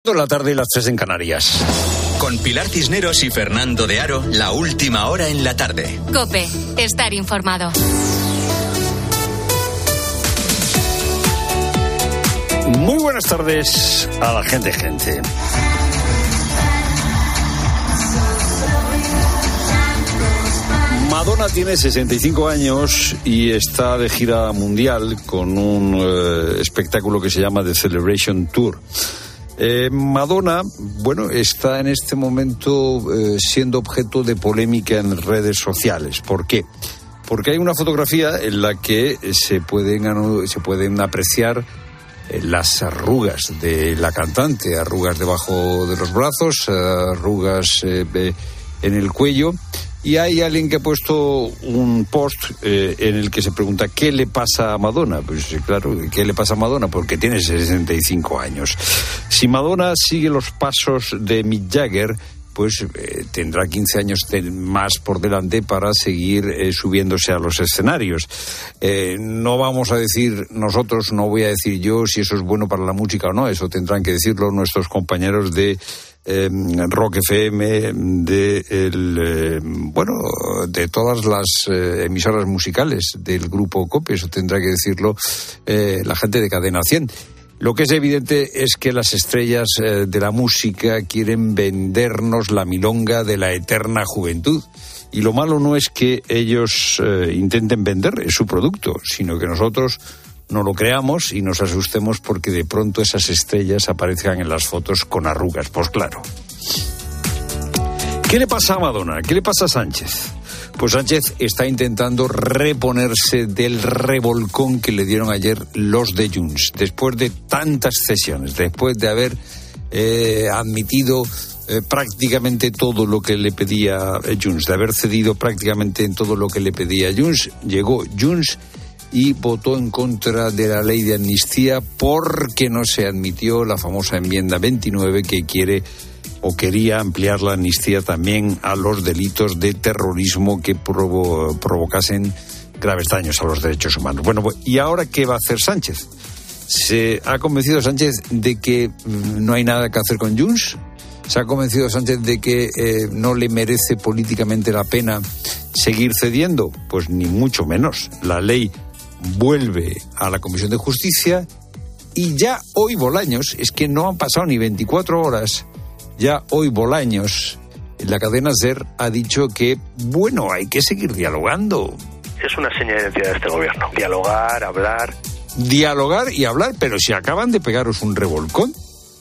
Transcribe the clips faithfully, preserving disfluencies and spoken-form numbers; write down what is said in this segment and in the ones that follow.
La tarde y las tres en Canarias. Con Pilar Cisneros y Fernando de Aro, la última hora en la tarde. COPE, estar informado. Muy buenas tardes a la gente, gente. Madonna tiene sesenta y cinco años y está de gira mundial con un eh, espectáculo que se llama The Celebration Tour. Eh, Madonna, bueno, está en este momento eh, siendo objeto de polémica en redes sociales. ¿Por qué? Porque hay una fotografía en la que se pueden, se pueden apreciar eh, las arrugas de la cantante, arrugas debajo de los brazos, arrugas eh, eh, en el cuello. Y hay alguien que ha puesto un post eh, en el que se pregunta ¿qué le pasa a Madonna? Pues claro, ¿qué le pasa a Madonna? Porque tiene sesenta y cinco años. Si Madonna sigue los pasos de Mick Jagger, pues eh, tendrá quince años de, más por delante para seguir eh, subiéndose a los escenarios. Eh, no vamos a decir nosotros, no voy a decir yo si eso es bueno para la música o no, eso tendrán que decirlo nuestros compañeros de Eh, Rock F M, de el, eh, bueno, de todas las eh, emisoras musicales del grupo COPE, eso tendrá que decirlo eh, la gente de Cadena cien. Lo que es evidente es que las estrellas eh, de la música quieren vendernos la milonga de la eterna juventud. Y lo malo no es que ellos eh, intenten vender su producto, sino que nosotros no lo creamos y nos asustemos porque de pronto esas estrellas aparezcan en las fotos con arrugas. Pues claro. ¿Qué le pasa a Madonna? ¿Qué le pasa a Sánchez? Pues Sánchez está intentando reponerse del revolcón que le dieron ayer los de Junts. Después de tantas cesiones, después de haber eh, admitido eh, prácticamente todo lo que le pedía Junts, de haber cedido prácticamente en todo lo que le pedía Junts, llegó Junts y votó en contra de la ley de amnistía porque no se admitió la famosa enmienda veintinueve que quiere o quería ampliar la amnistía también a los delitos de terrorismo que provo- provocasen graves daños a los derechos humanos. Bueno, ¿y ahora qué va a hacer Sánchez? ¿Se ha convencido Sánchez de que no hay nada que hacer con Junts? ¿Se ha convencido Sánchez de que eh, no le merece políticamente la pena seguir cediendo? Pues ni mucho menos. La ley vuelve a la Comisión de Justicia y ya hoy Bolaños, es que no han pasado ni veinticuatro horas, ya hoy Bolaños, en la cadena SER, ha dicho que, bueno, hay que seguir dialogando. Es una seña de identidad de este gobierno. Dialogar, hablar. Dialogar y hablar, pero si acaban de pegaros un revolcón,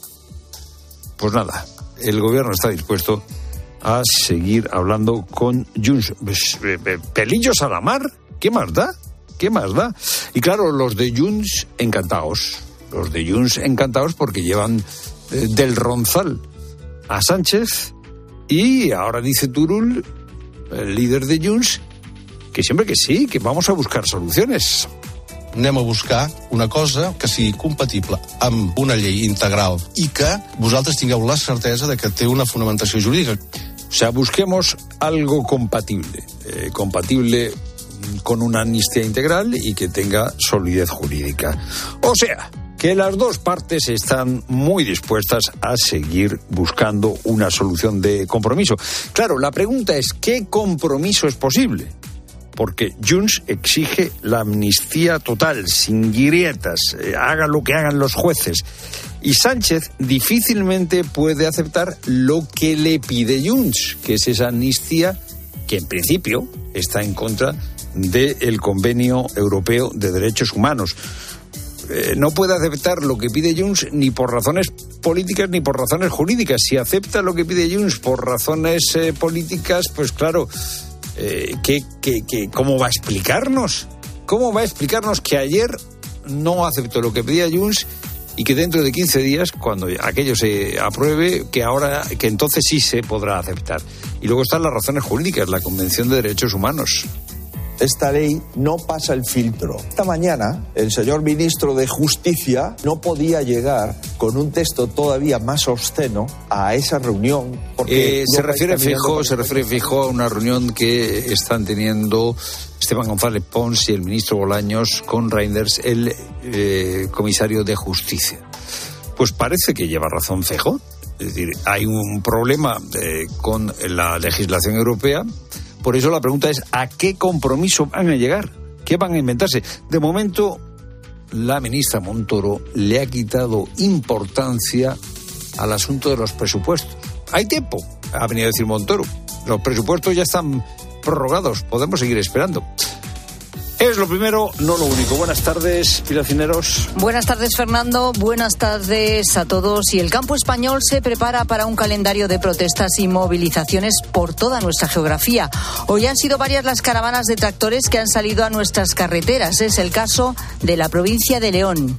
pues nada, el gobierno está dispuesto a seguir hablando con Junts. ¿Pelillos a la mar? ¿Qué más da? ¿Qué más da? Y claro, los de Junts encantados. Los de Junts encantados porque llevan eh, del Ronzal a Sánchez y ahora dice Turull, el líder de Junts, que siempre que sí, que vamos a buscar soluciones. Anem a buscar una cosa que sigui compatible amb una llei integral i que vosaltres tingueu la certesa de que té una fonamentació jurídica. O sea, busquemos algo compatible, eh, compatible con una amnistía integral y que tenga solidez jurídica. O sea, que las dos partes están muy dispuestas a seguir buscando una solución de compromiso. Claro, la pregunta es, ¿qué compromiso es posible? Porque Junts exige la amnistía total, sin grietas, eh, haga lo que hagan los jueces. Y Sánchez difícilmente puede aceptar lo que le pide Junts, que es esa amnistía que en principio está en contra del Convenio Europeo de Derechos Humanos. Eh, no puede aceptar lo que pide Junts ni por razones políticas ni por razones jurídicas. Si acepta lo que pide Junts por razones eh, políticas, pues claro, eh, ¿qué, qué, qué, ¿cómo va a explicarnos? ¿Cómo va a explicarnos que ayer no aceptó lo que pedía Junts y que dentro de quince días, cuando aquello se apruebe, que ahora, que entonces sí se podrá aceptar? Y luego están las razones jurídicas, la Convención de Derechos Humanos. Esta ley no pasa el filtro. Esta mañana, el señor ministro de Justicia no podía llegar con un texto todavía más obsceno a esa reunión. Porque eh, se refiere fijo, se refiere fijo a una reunión que están teniendo Esteban González Pons y el ministro Bolaños con Reinders, el eh, comisario de Justicia. pues parece que lleva razón Feijóo. Es decir, hay un problema eh, con la legislación europea. Por eso la pregunta es, ¿a qué compromiso van a llegar? ¿Qué van a inventarse? De momento, la ministra Montoro le ha quitado importancia al asunto de los presupuestos. Hay tiempo, ha venido a decir Montoro. Los presupuestos ya están prorrogados, podemos seguir esperando. Es lo primero, no lo único. Buenas tardes, Pilar Cisneros. Buenas tardes, Fernando. Buenas tardes a todos. Y el campo español se prepara para un calendario de protestas y movilizaciones por toda nuestra geografía. Hoy han sido varias las caravanas de tractores que han salido a nuestras carreteras. Es el caso de la provincia de León.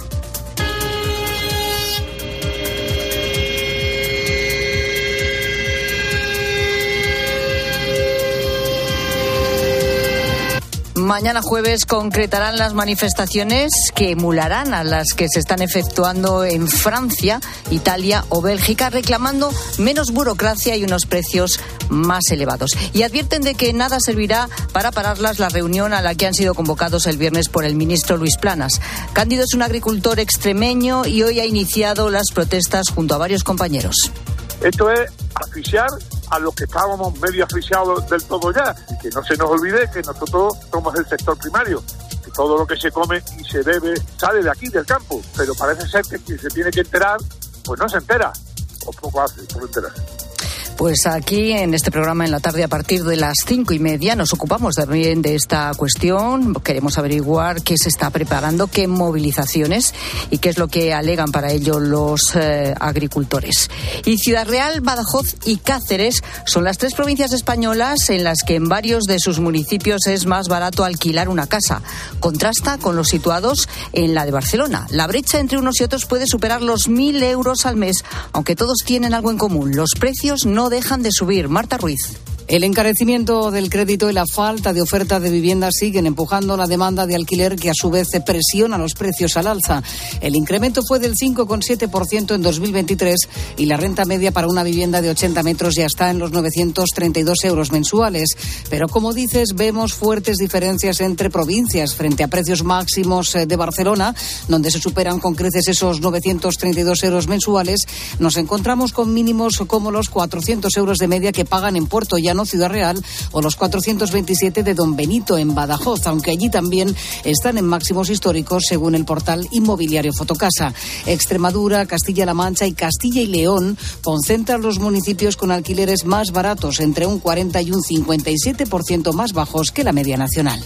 Mañana jueves concretarán las manifestaciones que emularán a las que se están efectuando en Francia, Italia o Bélgica, reclamando menos burocracia y unos precios más elevados. Y advierten de que nada servirá para pararlas la reunión a la que han sido convocados el viernes por el ministro Luis Planas. Cándido es un agricultor extremeño y hoy ha iniciado las protestas junto a varios compañeros. Esto es asfixiar a los que estábamos medio asfixiados del todo ya. Y que no se nos olvide que nosotros somos el sector primario, que todo lo que se come y se bebe sale de aquí, del campo. Pero parece ser que quien se tiene que enterar, pues no se entera, o poco hace por enterarse. Pues aquí en este programa en la tarde a partir de las cinco y media nos ocupamos también de esta cuestión. Queremos averiguar qué se está preparando, qué movilizaciones y qué es lo que alegan para ello los eh, agricultores. Y Ciudad Real, Badajoz y Cáceres son las tres provincias españolas en las que en varios de sus municipios es más barato alquilar una casa. Contrasta con los situados en la de Barcelona. La brecha entre unos y otros puede superar los mil euros al mes, aunque todos tienen algo en común. Los precios no dejan de subir. Marta Ruiz. El encarecimiento del crédito y la falta de oferta de viviendas siguen empujando la demanda de alquiler, que a su vez presiona los precios al alza. El incremento fue del cinco coma siete por ciento en dos mil veintitrés y la renta media para una vivienda de ochenta metros ya está en los novecientos treinta y dos euros mensuales. Pero como dices, vemos fuertes diferencias entre provincias frente a precios máximos de Barcelona, donde se superan con creces esos novecientos treinta y dos euros mensuales. Nos encontramos con mínimos como los cuatrocientos euros de media que pagan en Puerto Llano, Ciudad Real, o los cuatrocientos veintisiete de Don Benito en Badajoz, aunque allí también están en máximos históricos según el portal inmobiliario Fotocasa. Extremadura, Castilla-La Mancha y Castilla y León concentran los municipios con alquileres más baratos, entre un cuarenta y un cincuenta y siete por ciento más bajos que la media nacional.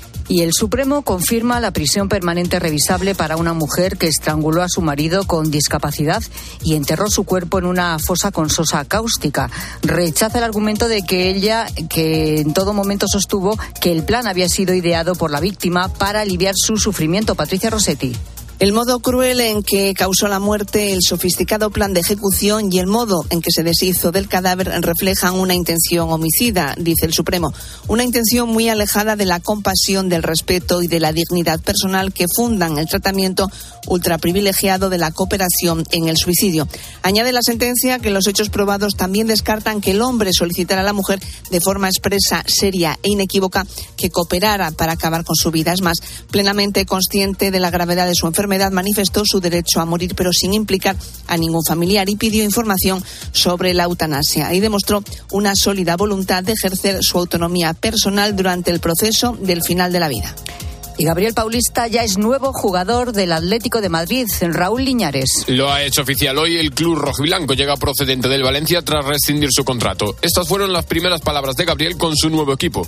Y el Supremo confirma la prisión permanente revisable para una mujer que estranguló a su marido con discapacidad y enterró su cuerpo en una fosa con sosa cáustica. Rechaza el argumento de que ella, que en todo momento sostuvo que el plan había sido ideado por la víctima para aliviar su sufrimiento. Patricia Rossetti. El modo cruel en que causó la muerte, el sofisticado plan de ejecución y el modo en que se deshizo del cadáver reflejan una intención homicida, dice el Supremo. Una intención muy alejada de la compasión, del respeto y de la dignidad personal que fundan el tratamiento ultraprivilegiado de la cooperación en el suicidio. Añade la sentencia que los hechos probados también descartan que el hombre solicitara a la mujer de forma expresa, seria e inequívoca que cooperara para acabar con su vida. Es más, plenamente consciente de la gravedad de su enfermedad, manifestó su derecho a morir, pero sin implicar a ningún familiar, y pidió información sobre la eutanasia. Y demostró una sólida voluntad de ejercer su autonomía personal durante el proceso del final de la vida. Y Gabriel Paulista ya es nuevo jugador del Atlético de Madrid. Raúl Liñares. Lo ha hecho oficial hoy. El club rojiblanco llega procedente del Valencia tras rescindir su contrato. Estas fueron las primeras palabras de Gabriel con su nuevo equipo.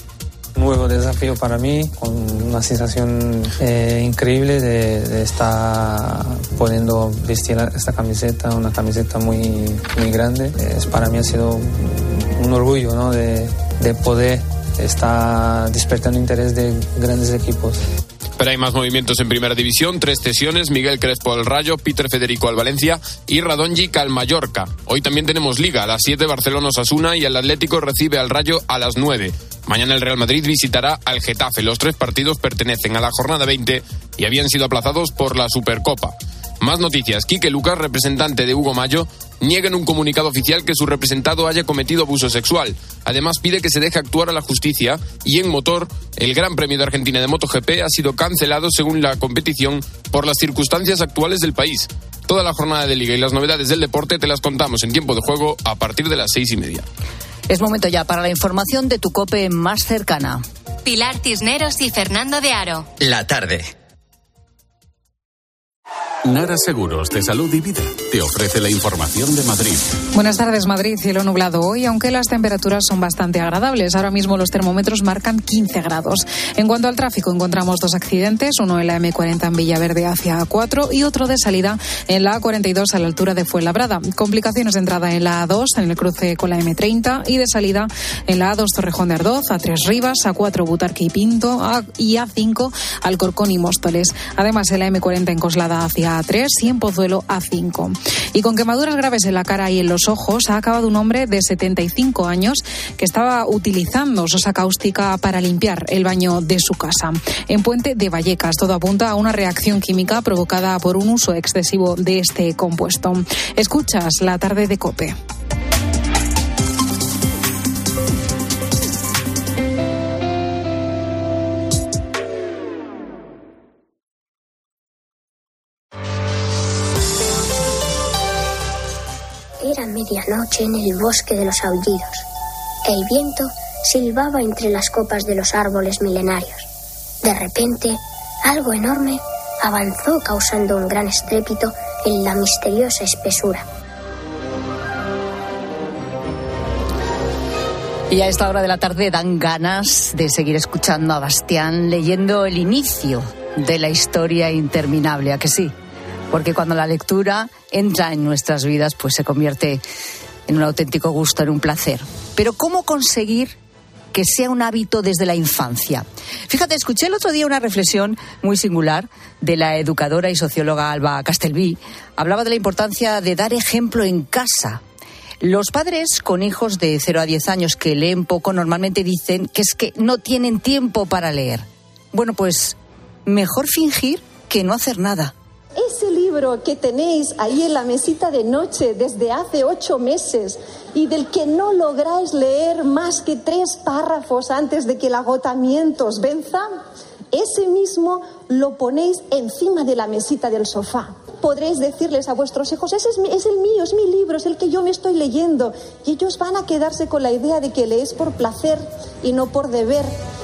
Nuevo desafío para mí, con una sensación eh, increíble de, de estar poniendo, vestir esta camiseta, una camiseta muy, muy grande. Es, para mí ha sido un, un orgullo, ¿no?, de, de poder estar despertando interés de grandes equipos. Pero hay más movimientos en Primera División, tres cesiones: Miguel Crespo al Rayo, Peter Federico al Valencia y Radonjic al Mallorca. Hoy también tenemos Liga, a las siete Barcelona Osasuna y el Atlético recibe al Rayo a las nueve. Mañana el Real Madrid visitará al Getafe. Los tres partidos pertenecen a la jornada veinte y habían sido aplazados por la Supercopa. Más noticias. Quique Lucas, representante de Hugo Mayo, niega en un comunicado oficial que su representado haya cometido abuso sexual. Además, pide que se deje actuar a la justicia. Y en motor, el Gran Premio de Argentina de MotoGP ha sido cancelado según la competición por las circunstancias actuales del país. Toda la jornada de Liga y las novedades del deporte te las contamos en Tiempo de Juego a partir de las seis y media. Es momento ya para la información de tu COPE más cercana. Pilar Cisneros y Fernando de Aro. La tarde. Nara Seguros de Salud y Vida te ofrece la información de Madrid. Buenas tardes, Madrid. Cielo nublado hoy, aunque las temperaturas son bastante agradables. Ahora mismo los termómetros marcan quince grados. En cuanto al tráfico, encontramos dos accidentes, uno en la eme cuarenta en Villaverde hacia A cuatro y otro de salida en la A cuarenta y dos a la altura de Fuenlabrada. Complicaciones de entrada en la A dos, en el cruce con la eme treinta, y de salida en la A dos Torrejón de Ardoz, A tres Rivas, A cuatro Butarque y Pinto y A cinco Alcorcón y Móstoles. Además, en la eme cuarenta en Coslada hacia A tres y en Pozuelo A cinco. Y con quemaduras graves en la cara y en los ojos ha acabado un hombre de setenta y cinco años que estaba utilizando sosa cáustica para limpiar el baño de su casa. En Puente de Vallecas, todo apunta a una reacción química provocada por un uso excesivo de este compuesto. Escuchas La tarde de COPE. Era medianoche en el bosque de los aullidos. El viento silbaba entre las copas de los árboles milenarios. De repente, algo enorme avanzó causando un gran estrépito en la misteriosa espesura. Y a esta hora de la tarde dan ganas de seguir escuchando a Bastián leyendo el inicio de la historia interminable, ¿a que sí? Porque cuando la lectura entra en nuestras vidas, pues se convierte en un auténtico gusto, en un placer. Pero ¿cómo conseguir que sea un hábito desde la infancia? Fíjate, escuché el otro día una reflexión muy singular de la educadora y socióloga Alba Castelví. Hablaba de la importancia de dar ejemplo en casa. Los padres con hijos de cero a diez años que leen poco normalmente dicen que es que no tienen tiempo para leer. Bueno, pues mejor fingir que no hacer nada. Ese libro que tenéis ahí en la mesita de noche desde hace ocho meses y del que no lográis leer más que tres párrafos antes de que el agotamiento os venza, ese mismo lo ponéis encima de la mesita del sofá. Podréis decirles a vuestros hijos, ese es, mi, es el mío, es mi libro, es el que yo me estoy leyendo. Y ellos van a quedarse con la idea de que lees por placer y no por deber.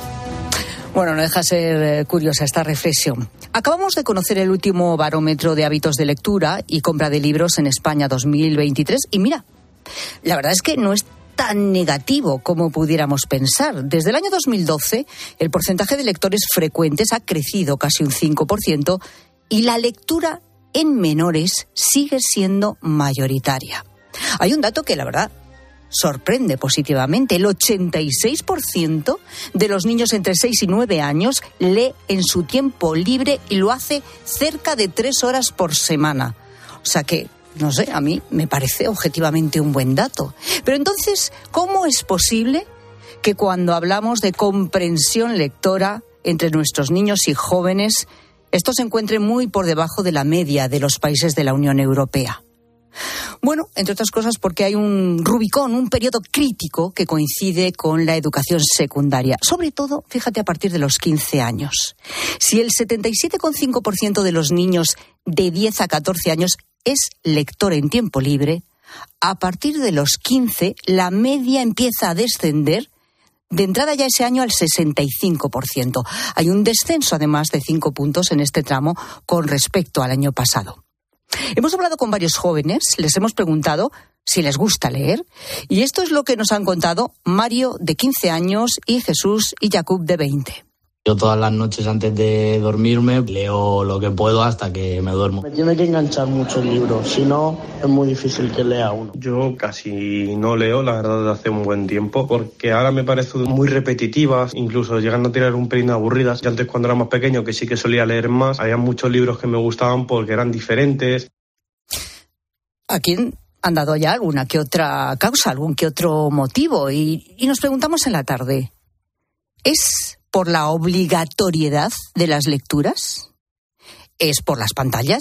Bueno, no deja ser curiosa esta reflexión. Acabamos de conocer el último barómetro de hábitos de lectura y compra de libros en España dos mil veintitrés y mira, la verdad es que no es tan negativo como pudiéramos pensar. Desde el año dos mil doce, el porcentaje de lectores frecuentes ha crecido casi un cinco por ciento y la lectura en menores sigue siendo mayoritaria. Hay un dato que, la verdad, sorprende positivamente. El ochenta y seis por ciento de los niños entre seis y nueve años lee en su tiempo libre y lo hace cerca de tres horas por semana. O sea que, no sé, a mí me parece objetivamente un buen dato. Pero entonces, ¿cómo es posible que cuando hablamos de comprensión lectora entre nuestros niños y jóvenes, esto se encuentre muy por debajo de la media de los países de la Unión Europea? Bueno, entre otras cosas porque hay un Rubicón, un periodo crítico que coincide con la educación secundaria. Sobre todo, fíjate, a partir de los quince años. Si el setenta y siete coma cinco por ciento de los niños de diez a catorce años es lector en tiempo libre, a partir de los quince la media empieza a descender. De entrada ya ese año al sesenta y cinco por ciento. Hay un descenso además de cinco puntos en este tramo con respecto al año pasado. Hemos hablado con varios jóvenes, les hemos preguntado si les gusta leer y esto es lo que nos han contado Mario, de quince años, y Jesús y Jacob, de veinte. Yo todas las noches antes de dormirme leo lo que puedo hasta que me duermo. Me tiene que enganchar mucho el libro, si no es muy difícil que lea uno. Yo casi no leo, la verdad, desde hace un buen tiempo, porque ahora me parecen muy repetitivas, incluso llegando a tirar un pelín aburridas. Yo antes, cuando era más pequeño, que sí que solía leer más, había muchos libros que me gustaban porque eran diferentes. ¿A quién han dado ya alguna que otra causa, algún que otro motivo? Y, y nos preguntamos en la tarde, ¿es por la obligatoriedad de las lecturas? ¿Es por las pantallas?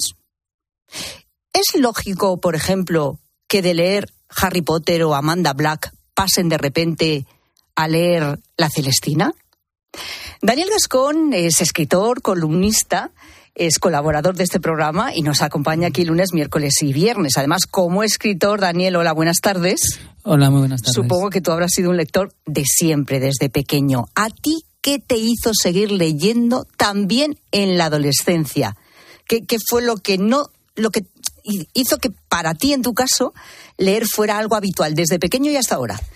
¿Es lógico, por ejemplo, que de leer Harry Potter o Amanda Black pasen de repente a leer La Celestina? Daniel Gascón es escritor, columnista es colaborador de este programa y nos acompaña aquí lunes, miércoles y viernes. Además, como escritor, Daniel, hola, buenas tardes. Hola, muy buenas tardes. Supongo que tú habrás sido un lector de siempre, desde pequeño. ¿A ti qué te hizo seguir leyendo también en la adolescencia? ¿Qué, qué fue lo que no, lo que hizo que para ti, en tu caso, leer fuera algo habitual, desde pequeño y hasta ahora?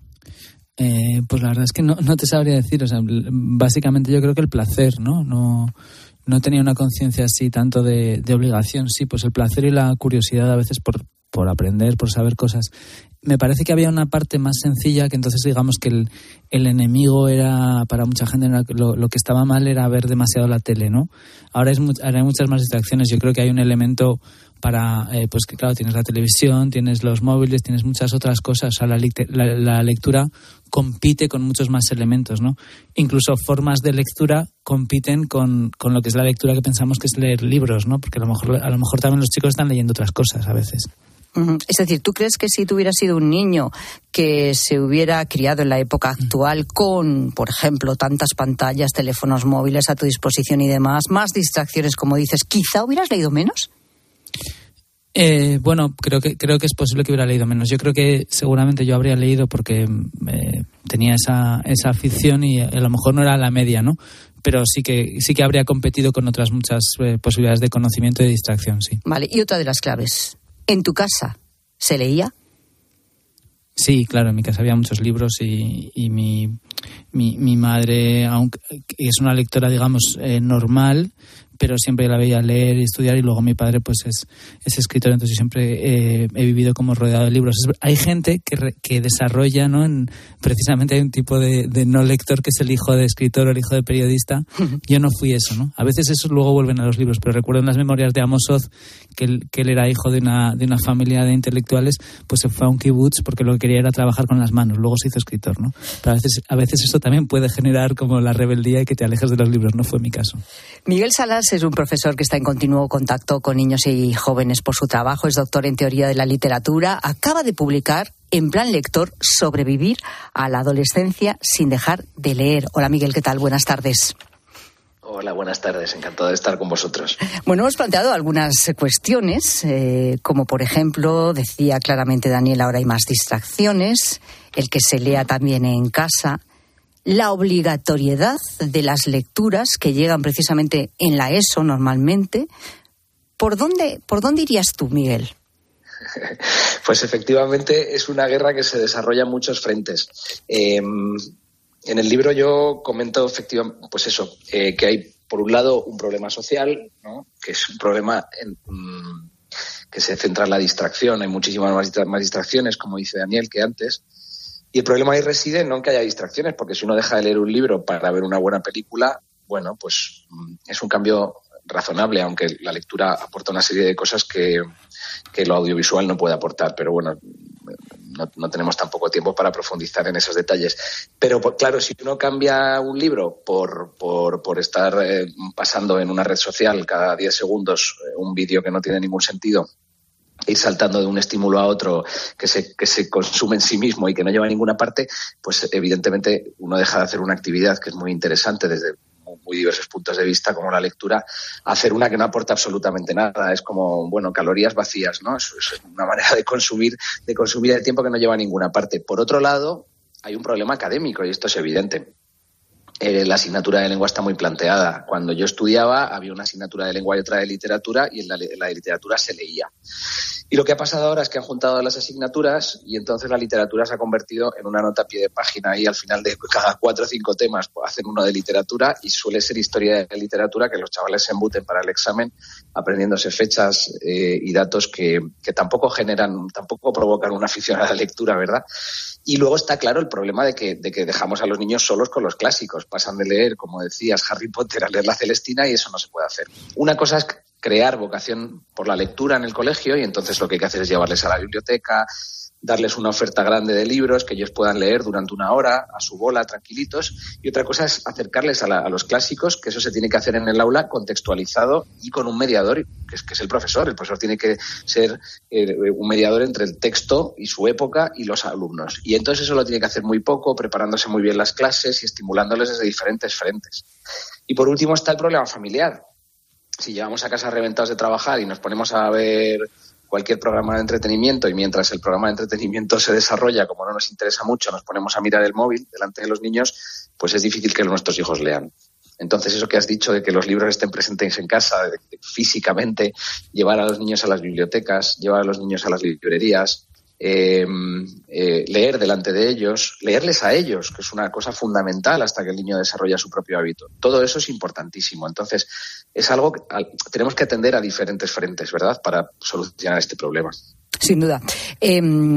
Eh, pues la verdad es que no, no te sabría decir. O sea, básicamente yo creo que el placer, ¿no? No, no tenía una conciencia así tanto de, de obligación. Sí, pues el placer y la curiosidad a veces por, por aprender, por saber cosas. Me parece que había una parte más sencilla, que entonces digamos que el, el enemigo era, para mucha gente, lo, lo que estaba mal era ver demasiado la tele, ¿no? Ahora, es, ahora hay muchas más distracciones. Yo creo que hay un elemento para, eh, pues que claro, tienes la televisión, tienes los móviles, tienes muchas otras cosas. O sea, la, la, la lectura compite con muchos más elementos, ¿no? Incluso formas de lectura compiten con, con lo que es la lectura que pensamos que es leer libros, ¿no? Porque a lo mejor, a lo mejor también los chicos están leyendo otras cosas a veces. Es decir, ¿tú crees que si tú hubieras sido un niño que se hubiera criado en la época actual con, por ejemplo, tantas pantallas, teléfonos móviles a tu disposición y demás, más distracciones, como dices, quizá hubieras leído menos? Eh, bueno, creo que creo que es posible que hubiera leído menos. Yo creo que seguramente yo habría leído porque eh, tenía esa esa afición y a lo mejor no era la media, ¿no? Pero sí que sí que habría competido con otras muchas eh, posibilidades de conocimiento y de distracción, sí. Vale, y otra de las claves. ¿En tu casa se leía? Sí, claro, en mi casa había muchos libros y, y mi, mi, mi madre, aunque es una lectora, digamos, eh, normal, pero siempre la veía leer y estudiar, y luego mi padre pues es, es escritor, entonces siempre eh, he vivido como rodeado de libros. Es, hay gente que, re, que desarrolla, ¿no? En, precisamente hay un tipo de, de no lector que es el hijo de escritor o el hijo de periodista. Yo no fui eso, ¿no? A veces esos luego vuelven a los libros, pero recuerdo en las memorias de Amos Oz que él, que él era hijo de una, de una familia de intelectuales, pues se fue a un kibutz porque lo que quería era trabajar con las manos, luego se hizo escritor, ¿no? Pero a veces, a veces eso también puede generar como la rebeldía y que te alejes de los libros, no fue mi caso. Miguel Salas es un profesor que está en continuo contacto con niños y jóvenes por su trabajo, es doctor en teoría de la literatura, acaba de publicar En plan lector, sobrevivir a la adolescencia sin dejar de leer. Hola Miguel, ¿qué tal? Buenas tardes. Hola, buenas tardes, encantado de estar con vosotros. Bueno, hemos planteado algunas cuestiones, eh, como por ejemplo, decía claramente Daniel, ahora hay más distracciones, el que se lea también en casa, la obligatoriedad de las lecturas que llegan precisamente en la ESO normalmente. ¿Por dónde, por dónde irías tú, Miguel? Pues efectivamente es una guerra que se desarrolla en muchos frentes. Eh, en el libro yo comento efectivamente, pues eso, eh, que hay por un lado un problema social, ¿no? Que es un problema en, um, que se centra en la distracción. Hay muchísimas más, más distracciones, como dice Daniel, que antes. Y el problema ahí reside no en que haya distracciones, porque si uno deja de leer un libro para ver una buena película, bueno, pues es un cambio razonable, aunque la lectura aporta una serie de cosas que, que lo audiovisual no puede aportar. Pero bueno, no, no tenemos tampoco tiempo para profundizar en esos detalles. Pero claro, si uno cambia un libro por, por, por estar eh, pasando en una red social cada diez segundos eh, un vídeo que no tiene ningún sentido, ir saltando de un estímulo a otro que se, que se consume en sí mismo y que no lleva a ninguna parte, pues evidentemente uno deja de hacer una actividad que es muy interesante desde muy diversos puntos de vista, como la lectura, a hacer una que no aporta absolutamente nada. Es como, bueno, calorías vacías, ¿no? Es, es una manera de consumir, de consumir el tiempo que no lleva a ninguna parte. Por otro lado, hay un problema académico y esto es evidente. Eh, la asignatura de lengua está muy planteada. Cuando yo estudiaba había una asignatura de lengua y otra de literatura, y en la, en la de literatura se leía. Y lo que ha pasado ahora es que han juntado las asignaturas y entonces la literatura se ha convertido en una nota a pie de página, y al final de cada cuatro o cinco temas pues, hacen uno de literatura, y suele ser historia de literatura que los chavales se embuten para el examen aprendiéndose fechas eh, y datos que, que tampoco generan, tampoco provocan una afición a la lectura, ¿verdad? Y luego está claro el problema de que, de que dejamos a los niños solos con los clásicos. Pasan de leer, como decías, Harry Potter a leer La Celestina, y eso no se puede hacer. Una cosa es crear vocación por la lectura en el colegio, y entonces lo que hay que hacer es llevarles a la biblioteca, darles una oferta grande de libros que ellos puedan leer durante una hora a su bola, tranquilitos. Y otra cosa es acercarles a, la, a los clásicos, que eso se tiene que hacer en el aula contextualizado y con un mediador, que es, que es el profesor. El profesor tiene que ser eh, un mediador entre el texto y su época y los alumnos. Y entonces eso lo tiene que hacer muy poco, preparándose muy bien las clases y estimulándoles desde diferentes frentes. Y por último está el problema familiar. si llevamos a casa reventados de trabajar y nos ponemos a ver cualquier programa de entretenimiento y mientras el programa de entretenimiento se desarrolla, como no nos interesa mucho, nos ponemos a mirar el móvil delante de los niños, pues es difícil que nuestros hijos lean. Entonces, eso que has dicho de que los libros estén presentes en casa, de, de, físicamente, llevar a los niños a las bibliotecas, llevar a los niños a las librerías, eh, eh, leer delante de ellos, leerles a ellos, que es una cosa fundamental hasta que el niño desarrolla su propio hábito. Todo eso es importantísimo. Entonces, es algo que al, tenemos que atender a diferentes frentes, ¿verdad?, para solucionar este problema. Sin duda. Eh,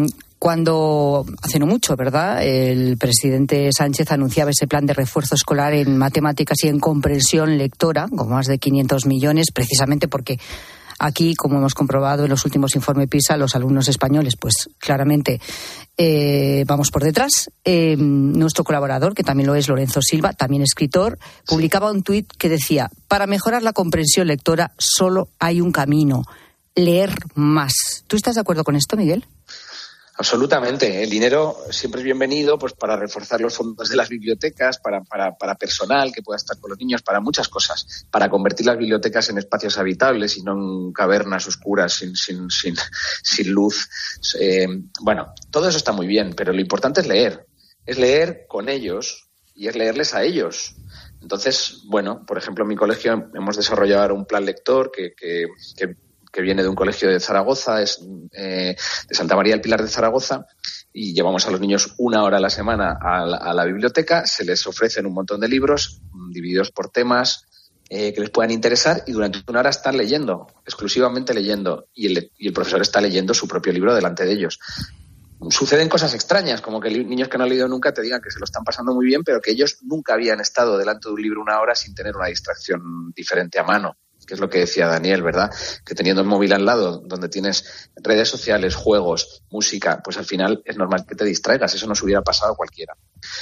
Cuando, hace no mucho, ¿verdad?, el presidente Sánchez anunciaba ese plan de refuerzo escolar en matemáticas y en comprensión lectora, con más de quinientos millones, precisamente porque aquí, como hemos comprobado en los últimos informes PISA, los alumnos españoles, pues claramente eh, vamos por detrás. Eh, nuestro colaborador, que también lo es, Lorenzo Silva, también escritor, publicaba un tuit que decía: para mejorar la comprensión lectora solo hay un camino, leer más. ¿Tú estás de acuerdo con esto, Miguel? Absolutamente. El dinero siempre es bienvenido, pues para reforzar los fondos de las bibliotecas, para, para, para personal que pueda estar con los niños, para muchas cosas, para convertir las bibliotecas en espacios habitables y no en cavernas oscuras sin, sin, sin, sin luz. Eh, bueno, todo eso está muy bien, pero lo importante es leer. Es leer con ellos y es leerles a ellos. Entonces, bueno, por ejemplo, en mi colegio hemos desarrollado un plan lector que, que, que que viene de un colegio de Zaragoza, es eh, de Santa María del Pilar de Zaragoza, y llevamos a los niños una hora a la semana a la, a la biblioteca, se les ofrecen un montón de libros divididos por temas eh, que les puedan interesar y durante una hora están leyendo, exclusivamente leyendo, y el, y el profesor está leyendo su propio libro delante de ellos. Suceden cosas extrañas, como que niños que no han leído nunca te digan que se lo están pasando muy bien, pero que ellos nunca habían estado delante de un libro una hora sin tener una distracción diferente a mano, que es lo que decía Daniel, ¿verdad? Que teniendo el móvil al lado, donde tienes redes sociales, juegos, música, pues al final es normal que te distraigas. Eso nos hubiera pasado a cualquiera.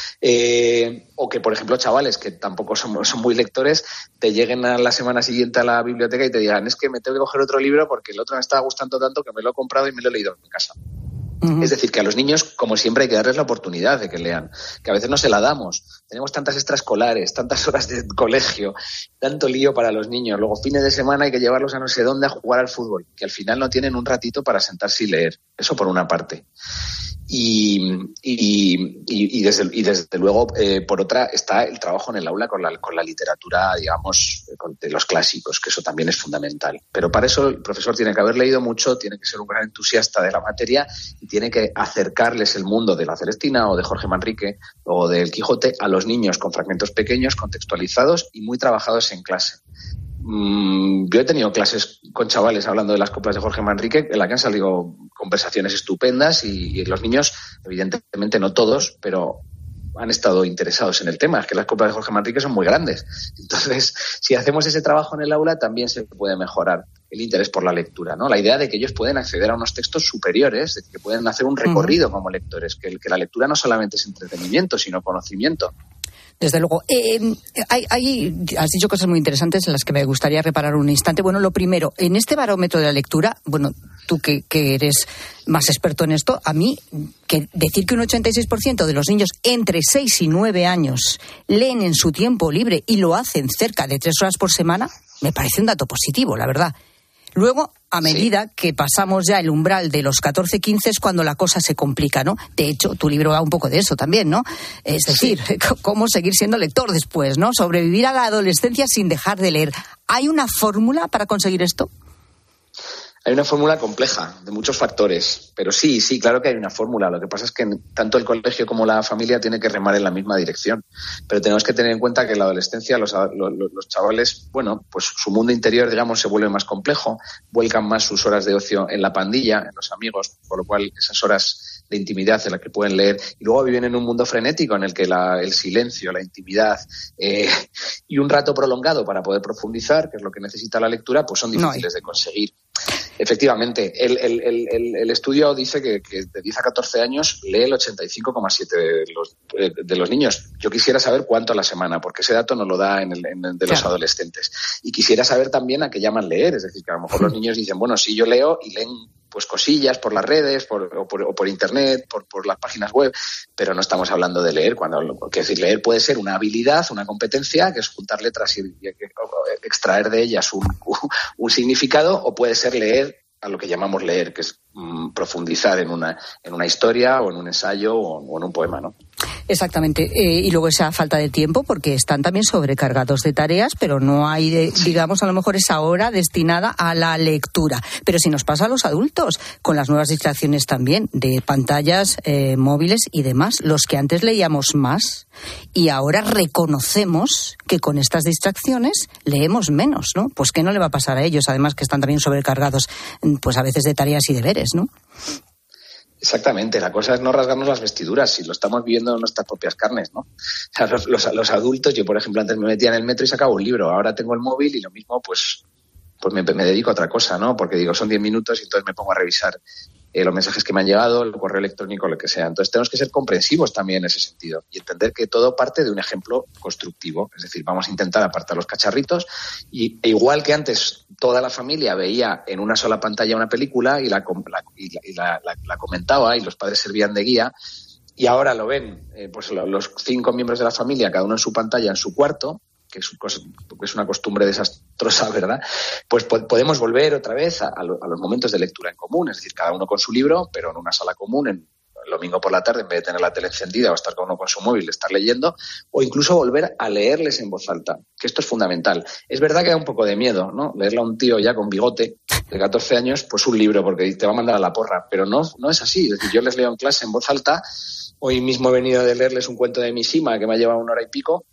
Eh, o que, por ejemplo, chavales que tampoco son, son muy lectores, te lleguen a la semana siguiente a la biblioteca y te digan: es que me tengo que coger otro libro porque el otro me estaba gustando tanto que me lo he comprado y me lo he leído en casa. Es decir, que a los niños, como siempre, hay que darles la oportunidad de que lean, que a veces no se la damos. Tenemos tantas extraescolares, tantas horas de colegio, tanto lío para los niños. Luego, fines de semana hay que llevarlos a no sé dónde a jugar al fútbol, que al final no tienen un ratito para sentarse y leer. Eso por una parte. Y, y, y, y, desde, y desde luego, eh, por otra, está el trabajo en el aula con la, con la literatura, digamos, de los clásicos, que eso también es fundamental. Pero para eso el profesor tiene que haber leído mucho, tiene que ser un gran entusiasta de la materia y tiene que acercarles el mundo de la Celestina o de Jorge Manrique o del Quijote a los niños con fragmentos pequeños, contextualizados y muy trabajados en clase. Yo he tenido clases con chavales hablando de las coplas de Jorge Manrique en las que han salido conversaciones estupendas y, y los niños, evidentemente no todos, pero han estado interesados en el tema. Es que las coplas de Jorge Manrique son muy grandes. Entonces, si hacemos ese trabajo en el aula, también se puede mejorar el interés por la lectura, ¿no? La idea de que ellos pueden acceder a unos textos superiores, de que pueden hacer un recorrido como lectores, que, que la lectura no solamente es entretenimiento, sino conocimiento. Desde luego. Eh, hay, hay, has dicho cosas muy interesantes en las que me gustaría reparar un instante. Bueno, lo primero, en este barómetro de la lectura, bueno, tú que, que eres más experto en esto, a mí, que decir que un ochenta y seis por ciento de los niños entre seis y nueve años leen en su tiempo libre y lo hacen cerca de tres horas por semana, me parece un dato positivo, la verdad. Luego, a medida sí. que pasamos ya el umbral de los catorce quince es cuando la cosa se complica, ¿no? De hecho, tu libro va un poco de eso también, ¿no? Es decir, sí. cómo seguir siendo lector después, ¿no? Sobrevivir a la adolescencia sin dejar de leer. ¿Hay una fórmula para conseguir esto? Hay una fórmula compleja, de muchos factores, pero sí, sí, claro que hay una fórmula. Lo que pasa es que tanto el colegio como la familia tienen que remar en la misma dirección. Pero tenemos que tener en cuenta que en la adolescencia los, los, los chavales, bueno, pues su mundo interior, digamos, se vuelve más complejo, vuelcan más sus horas de ocio en la pandilla, en los amigos, por lo cual esas horas de intimidad en las que pueden leer, y luego viven en un mundo frenético en el que la, el silencio, la intimidad eh, y un rato prolongado para poder profundizar, que es lo que necesita la lectura, pues son difíciles no de conseguir. Efectivamente, el, el, el, el estudio dice que, que de diez a catorce años lee el ochenta y cinco coma siete por ciento de los, de los niños. Yo quisiera saber cuánto a la semana, porque ese dato no lo da en el, en el de los claro. adolescentes. Y quisiera saber también a qué llaman leer, es decir, que a lo mejor los niños dicen, bueno, sí, yo leo y leen pues cosillas por las redes, por, o, por, o por internet, por, por las páginas web, pero no estamos hablando de leer. Cuando, quiero decir, leer puede ser una habilidad, una competencia, que es juntar letras y, y, y extraer de ellas un, un significado, o puede ser leer a lo que llamamos leer, que es mmm, profundizar en una, en una historia o en un ensayo o, o en un poema, ¿no? Exactamente. Eh, y luego esa falta de tiempo, porque están también sobrecargados de tareas, pero no hay, de, digamos, a lo mejor esa hora destinada a la lectura. Pero si nos pasa a los adultos, con las nuevas distracciones también, de pantallas, eh, móviles y demás, los que antes leíamos más y ahora reconocemos que con estas distracciones leemos menos, ¿no? Pues ¿qué no le va a pasar a ellos? Además que están también sobrecargados, pues a veces de tareas y deberes, ¿no? Exactamente, la cosa es no rasgarnos las vestiduras, si lo estamos viviendo en nuestras propias carnes, ¿no? O sea, los, los, los adultos, yo por ejemplo antes me metía en el metro y sacaba un libro, ahora tengo el móvil y lo mismo pues, pues me, me dedico a otra cosa, ¿no? Porque digo, son diez minutos y entonces me pongo a revisar eh, los mensajes que me han llegado, el correo electrónico, lo que sea. Entonces tenemos que ser comprensivos también en ese sentido y entender que todo parte de un ejemplo constructivo, es decir, vamos a intentar apartar los cacharritos y e igual que antes toda la familia veía en una sola pantalla una película y la, la, y la, y la, la, la comentaba y los padres servían de guía, y ahora lo ven eh, pues los cinco miembros de la familia, cada uno en su pantalla, en su cuarto, que es, que es una costumbre desastrosa, ¿verdad? Pues po- podemos volver otra vez a, a, lo, a los momentos de lectura en común, es decir, cada uno con su libro, pero en una sala común, en el domingo por la tarde, en vez de tener la tele encendida o estar cada uno con su móvil, estar leyendo, o incluso volver a leerles en voz alta, que esto es fundamental. Es verdad que da un poco de miedo, ¿no? Leerle a un tío ya con bigote de catorce años, pues un libro, porque te va a mandar a la porra, pero no, no es así. Es decir, yo les leo en clase en voz alta, hoy mismo he venido de leerles un cuento de Mishima que me ha llevado una hora y pico,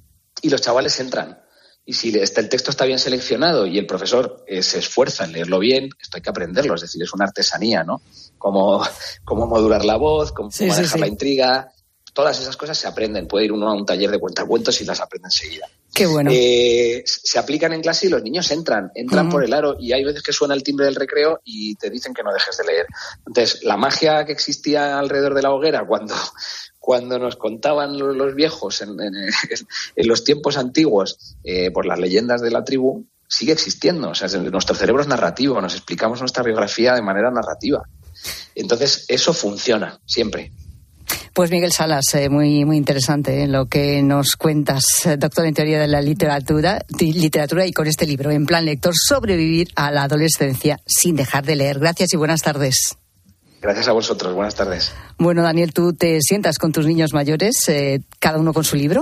y los chavales entran. Y si este, el texto está bien seleccionado y el profesor eh, se esfuerza en leerlo bien, esto hay que aprenderlo, es decir, es una artesanía, ¿no? Cómo, cómo modular la voz, cómo sí, manejar sí, sí. la intriga, todas esas cosas se aprenden. Puede ir uno a un taller de cuentacuentos y las aprende enseguida. Qué bueno. Eh, se aplican en clase y los niños entran, entran uh-huh. por el aro, y hay veces que suena el timbre del recreo y te dicen que no dejes de leer. Entonces, la magia que existía alrededor de la hoguera cuando... Cuando nos contaban los viejos en, en, en los tiempos antiguos eh, por las leyendas de la tribu, sigue existiendo. O sea, nuestro cerebro es narrativo, nos explicamos nuestra biografía de manera narrativa. Entonces, eso funciona siempre. Pues Miguel Salas, eh, muy muy interesante eh, lo que nos cuentas, eh, doctor en teoría de la literatura, literatura y con este libro, En plan lector, sobrevivir a la adolescencia sin dejar de leer. Gracias y buenas tardes. Gracias a vosotros, buenas tardes. Bueno, Daniel, ¿tú te sientas con tus niños mayores, eh, cada uno con su libro?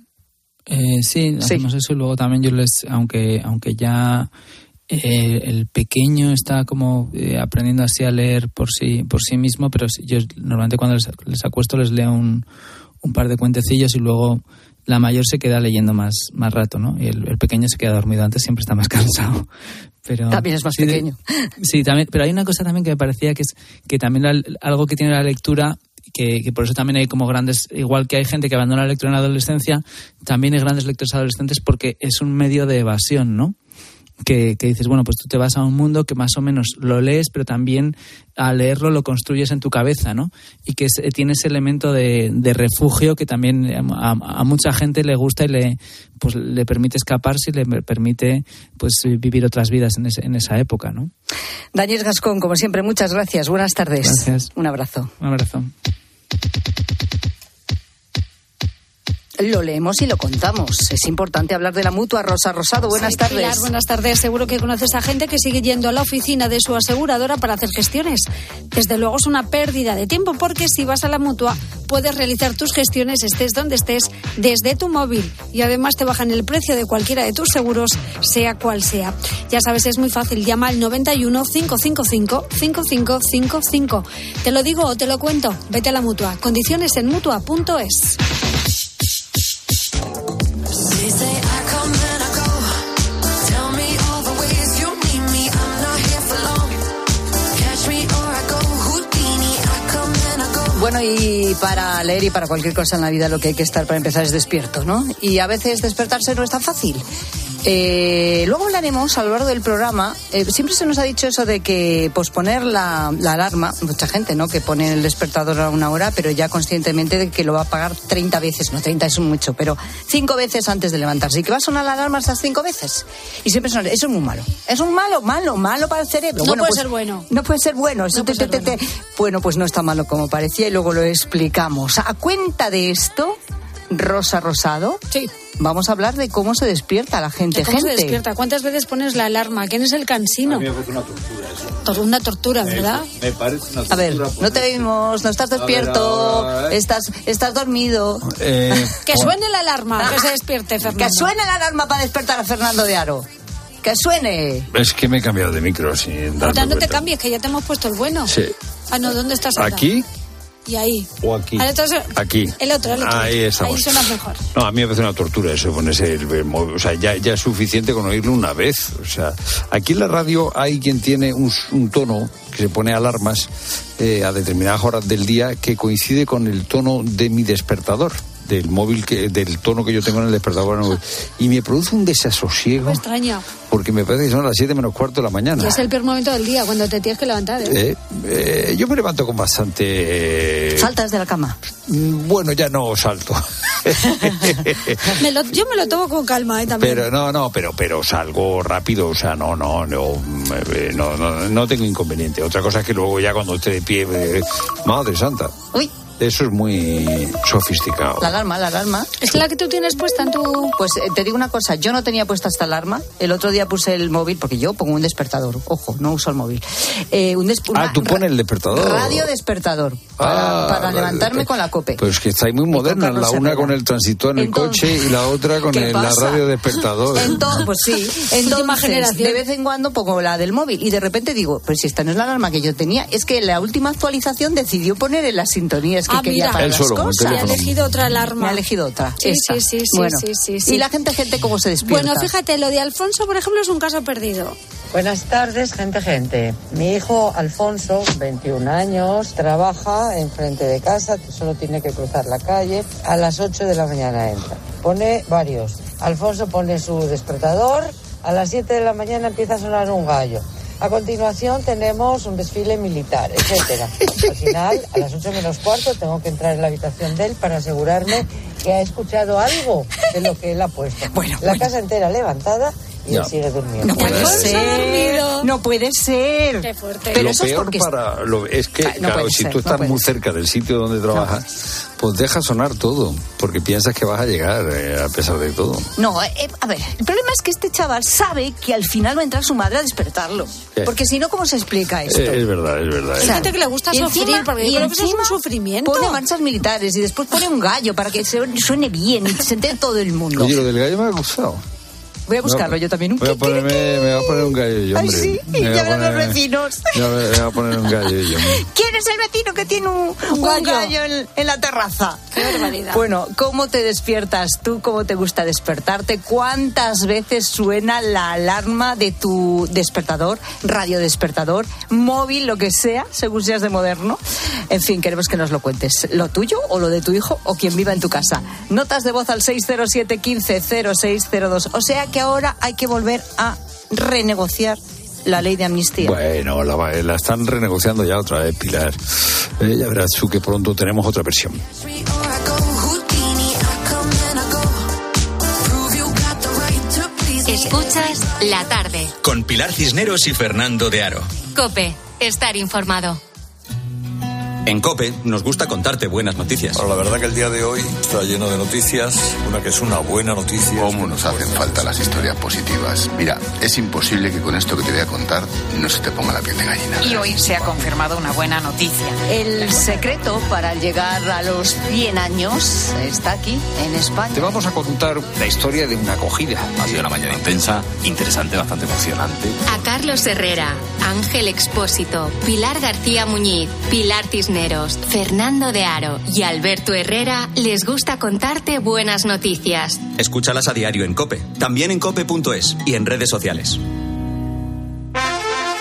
Eh, sí, hacemos sí. eso, y luego también yo les, aunque aunque ya eh, el pequeño está como eh, aprendiendo así a leer por sí por sí mismo, pero yo normalmente cuando les, les acuesto les leo un, un par de cuentecillos y luego la mayor se queda leyendo más, más rato, ¿no? Y el, el pequeño se queda dormido antes, siempre está más cansado. Pero, también es más sí, pequeño. Sí, también, pero hay una cosa también que me parecía que es que también la, algo que tiene la lectura, que, que por eso también hay como grandes, igual que hay gente que abandona la lectura en la adolescencia, también hay grandes lectores adolescentes porque es un medio de evasión, ¿no? Que, que dices, bueno, pues tú te vas a un mundo que más o menos lo lees, pero también al leerlo lo construyes en tu cabeza, ¿no? Y que es, tiene ese elemento de, de refugio que también a, a mucha gente le gusta y le, pues, le permite escaparse y le permite pues vivir otras vidas en, ese, en esa época, ¿no? Daniel Gascón, como siempre, muchas gracias. Buenas tardes. Gracias. Un abrazo. Un abrazo. Lo leemos y lo contamos. Es importante hablar de la Mutua. Rosa Rosado, buenas sí, tardes. Pilar, buenas tardes. Seguro que conoces a gente que sigue yendo a la oficina de su aseguradora para hacer gestiones. Desde luego es una pérdida de tiempo porque si vas a la Mutua puedes realizar tus gestiones estés donde estés desde tu móvil y además te bajan el precio de cualquiera de tus seguros, sea cual sea. Ya sabes, es muy fácil. Llama al noventa y uno, cinco cinco cinco, cinco cinco cinco cinco. Te lo digo o te lo cuento. Vete a la Mutua. Condiciones en mutua punto es. Bueno, y para leer y para cualquier cosa en la vida lo que hay que estar para empezar es despierto, ¿no? Y a veces despertarse no es tan fácil. Eh, luego hablaremos a lo largo del programa. Eh, siempre se nos ha dicho eso de que posponer la, la alarma, mucha gente, ¿no?, que pone el despertador a una hora, pero ya conscientemente de que lo va a apagar treinta veces, no treinta es mucho, pero cinco veces antes de levantarse, y que va a sonar la alarma esas cinco veces. Y siempre suena, eso es muy malo. Es un malo, malo, malo para el cerebro. No bueno, puede pues, ser bueno. No puede ser bueno. Eso No te, puede te, ser te, bueno. te. Bueno, pues no está malo como parecía y luego lo explicamos. A cuenta de esto, Rosa Rosado, sí, vamos a hablar de cómo se despierta la gente. ¿De cómo gente. se despierta? ¿Cuántas veces pones la alarma? ¿Quién es el cansino? A mí me parece una tortura eso. Tor- Una tortura, ¿verdad? Eso, me parece una tortura. A ver, no te vimos, no estás despierto, ahora, ¿eh? estás, estás dormido. Eh, Que suene la alarma, que se despierte, Fernando. Que suene la alarma para despertar a Fernando de Aro. Que suene. Es que me he cambiado de micro sin darme Ahora no te cuenta. cambies, que ya te hemos puesto el bueno. Sí. Ah, no, ¿dónde estás ahora? ¿Aquí Y ahí. o aquí? Ahora entonces, Aquí. el otro, el otro. Ahí estamos. Ahí suena mejor. No, a mí me parece una tortura eso, ponerse el, el móvil. O sea, ya, ya es suficiente con oírlo una vez. O sea, aquí en la radio hay quien tiene un, un tono que se pone alarmas eh, a determinadas horas del día que coincide con el tono de mi despertador, del móvil, que, del tono que yo tengo en el despertador. Y me produce un desasosiego. Me extraña. Porque me parece que son las siete menos cuarto de la mañana. Y es el peor momento del día, cuando te tienes que levantar, ¿eh? Eh, eh, yo me levanto con bastante... Eh, ¿Saltas de la cama? Bueno, ya no salto. me lo, yo me lo tomo con calma, ¿eh? También. Pero no, no, pero pero salgo rápido, o sea, no, no, no, eh, no, no, no tengo inconveniente. Otra cosa es que luego ya cuando esté de pie, eh, madre santa. Uy. Eso es muy sofisticado. La alarma, la alarma. ¿Es la que tú tienes puesta en tu...? Pues eh, te digo una cosa, yo no tenía puesta esta alarma. El otro día puse el móvil, porque yo pongo un despertador. Ojo, no uso el móvil. Eh, un des- Ah, tú pones el despertador. Radio despertador. Para, Ah, para vale, levantarme pues, con la COPE. Pues que estáis muy modernas, la una con el transistor en el Entonces, coche y la otra con ¿qué el, la pasa? radio despertador. Entonces, pues sí. Entonces, generación. de vez en cuando pongo la del móvil y de repente digo, pues si esta no es la alarma que yo tenía, es que la última actualización decidió poner en las sintonías que Ah, quería mira. para Él las solo, con el cosas. Me ha teléfono. elegido otra alarma. Me ha elegido otra. Sí, esa. sí, sí, sí, Bueno, sí, sí, sí. ¿y la gente, gente cómo se despierta? Bueno, fíjate, lo de Alfonso, por ejemplo, es un caso perdido. Buenas tardes, gente, gente. Mi hijo Alfonso, veintiún años, trabaja enfrente de casa, solo tiene que cruzar la calle. A las ocho de la mañana entra. Pone varios. Alfonso pone su despertador, a las siete de la mañana empieza a sonar un gallo. A continuación tenemos un desfile militar, etcétera. Al final, a las ocho menos cuarto, tengo que entrar en la habitación de él para asegurarme que ha escuchado algo de lo que él ha puesto. Bueno, la bueno. casa entera levantada y Ya. él sigue durmiendo. No puede Alfonso ha ser. dormido. No puede ser. Qué fuerte. Pero lo eso es peor porque para lo, es que Ah, no claro, puede si ser, tú no estás puede muy ser. cerca del sitio donde trabajas, pues deja sonar todo, porque piensas que vas a llegar eh, a pesar de todo. No, eh, a ver, el problema es que este chaval sabe que al final va a entrar su madre a despertarlo. ¿Qué? Porque si no, ¿cómo se explica esto? Eh, es verdad, es verdad. Hay es sea, gente que le gusta y sufrir, encima- porque y yo creo que eso es un encima sufrimiento. Pone marchas militares y después pone un gallo para que se suene bien y se entere todo el mundo. Oye, lo del gallo me ha gustado. Voy a buscarlo yo también. Un Voy a ponerme, me voy a poner un gallo yo, Ay, hombre. sí, y Me voy a ya verán los poner- vecinos. ya Me voy a poner un gallo yo. ¿Quién es el vecino que tiene un, un gallo. gallo, en, en la terraza? Qué barbaridad. Bueno, ¿cómo te despiertas tú? ¿Cómo te gusta despertarte? ¿Cuántas veces suena la alarma de tu despertador, radiodespertador, móvil, lo que sea, según seas de moderno? En fin, queremos que nos lo cuentes. ¿Lo tuyo o lo de tu hijo o quien viva en tu casa? Notas de voz al seis cero siete, uno cinco, cero seis cero dos. O sea que ahora hay que volver a renegociar la ley de amnistía. Bueno, la, la están renegociando ya otra vez, Pilar. Eh, ya verás tú que pronto tenemos otra versión. Escuchas La Tarde. Con Pilar Cisneros y Fernando de Aro. COPE. Estar informado. En COPE nos gusta contarte buenas noticias. Bueno, la verdad que el día de hoy está lleno de noticias, una que es una buena noticia. ¿Cómo nos hacen falta las historias positivas? Mira, es imposible que con esto que te voy a contar no se te ponga la piel de gallina. Y hoy se ha confirmado una buena noticia. El secreto para llegar a los cien años está aquí, en España. Te vamos a contar la historia de una acogida. Ha sido una mañana intensa, interesante, bastante emocionante. A Carlos Herrera, Ángel Expósito, Pilar García Muñiz, Pilar Cisneros, Fernando de Aro y Alberto Herrera les gusta contarte buenas noticias. Escúchalas a diario en COPE, también en cope punto es y en redes sociales.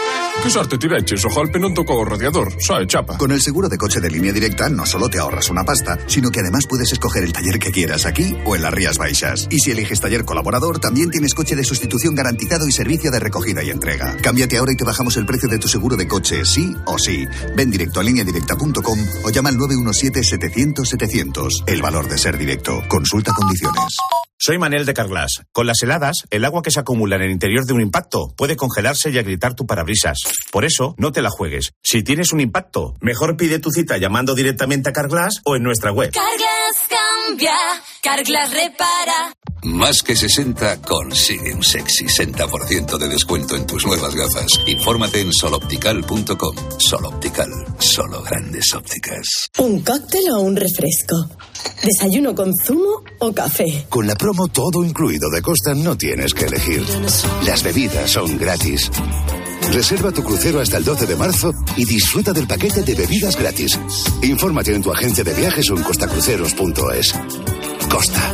Che sorte ti vecchie, so golpe non tocó o radiador, sai, chapa. Con el seguro de coche de Línea Directa no solo te ahorras una pasta, sino que además puedes escoger el taller que quieras aquí o en las Rías Baixas. Y si eliges taller colaborador, también tienes coche de sustitución garantizado y servicio de recogida y entrega. Cámbiate ahora y te bajamos el precio de tu seguro de coche, sí o sí. Ven directo a línea directa punto com o llama al nueve uno siete, setecientos, setecientos. El valor de ser directo. Consulta condiciones. Soy Manel de Carglass. Con las heladas, el agua que se acumula en el interior de un impacto puede congelarse y agrietar tu parabrisas. Por eso, no te la juegues. Si tienes un impacto, mejor pide tu cita llamando directamente a Carglass o en nuestra web. Carglass cambia, Carglass repara. Más que sesenta consigue un sexy sesenta por ciento de descuento en tus nuevas gafas. Infórmate en soloptical punto com. Soloptical, solo grandes ópticas. ¿Un cóctel o un refresco? ¿Desayuno con zumo o café? Con la promo todo incluido de Costa no tienes que elegir. Las bebidas son gratis. Reserva tu crucero hasta el doce de marzo y disfruta del paquete de bebidas gratis. Infórmate en tu agencia de viajes o en costacruceros punto es. Costa.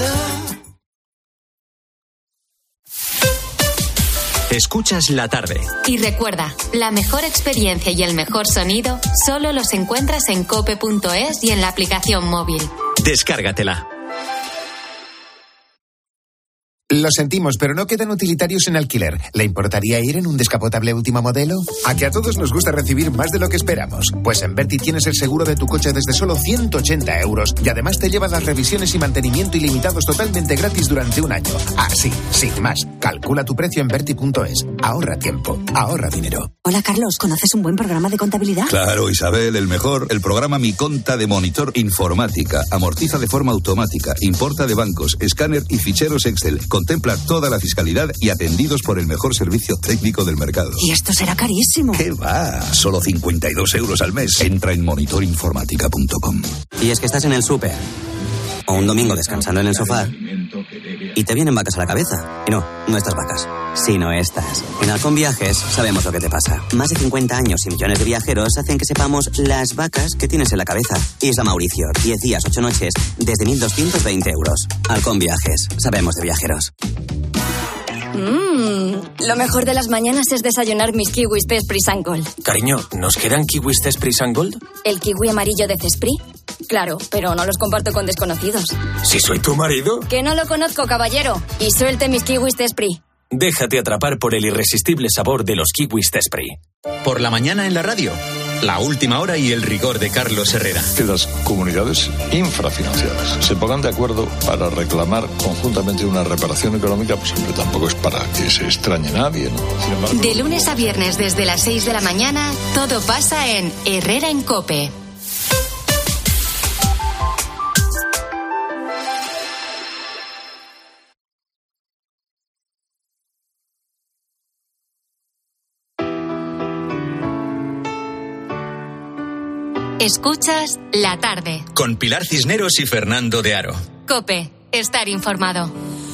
Escuchas la tarde. Y recuerda, la mejor experiencia y el mejor sonido solo los encuentras en cope punto es y en la aplicación móvil. Descárgatela. Lo sentimos, pero no quedan utilitarios en alquiler. ¿Le importaría ir en un descapotable último modelo? A que a todos nos gusta recibir más de lo que esperamos. Pues en Berti tienes el seguro de tu coche desde solo ciento ochenta euros y además te llevan las revisiones y mantenimiento ilimitados totalmente gratis durante un año. Así, sin más. Calcula tu precio en Berti punto es. Ahorra tiempo, ahorra dinero. Hola Carlos, ¿conoces un buen programa de contabilidad? Claro, Isabel, el mejor. El programa Mi Conta de Monitor Informática. Amortiza de forma automática, importa de bancos, escáner y ficheros Excel. Contempla toda la fiscalidad y atendidos por el mejor servicio técnico del mercado. Y esto será carísimo. ¿Qué va? Solo cincuenta y dos euros al mes. Entra en monitor informática punto com. Y es que estás en el súper o un domingo descansando en el sofá y te vienen vacas a la cabeza. Y no, no estas vacas, sino estas. En Halcón Viajes sabemos lo que te pasa. Más de cincuenta años y millones de viajeros hacen que sepamos las vacas que tienes en la cabeza. Isla Mauricio, diez días, ocho noches, desde mil doscientos veinte euros. Halcón Viajes, sabemos de viajeros. Mmm, lo mejor de las mañanas es desayunar mis kiwis Cespris and Gold. Cariño, ¿nos quedan kiwis Cespris and Gold? ¿El kiwi amarillo de Cespri? Claro, pero no los comparto con desconocidos. ¿Si soy tu marido? Que no lo conozco, caballero. Y suelte mis kiwis Cespri. Déjate atrapar por el irresistible sabor de los kiwis Cespri. Por la mañana en la radio, la última hora y el rigor de Carlos Herrera. Que las comunidades infrafinanciadas se pongan de acuerdo para reclamar conjuntamente una reparación económica, pues hombre, tampoco es para que se extrañe nadie, ¿no? Sin embargo, de lunes a viernes desde las seis de la mañana, todo pasa en Herrera en Cope. Escuchas La Tarde. Con Pilar Cisneros y Fernando de Aro. Cope, estar informado.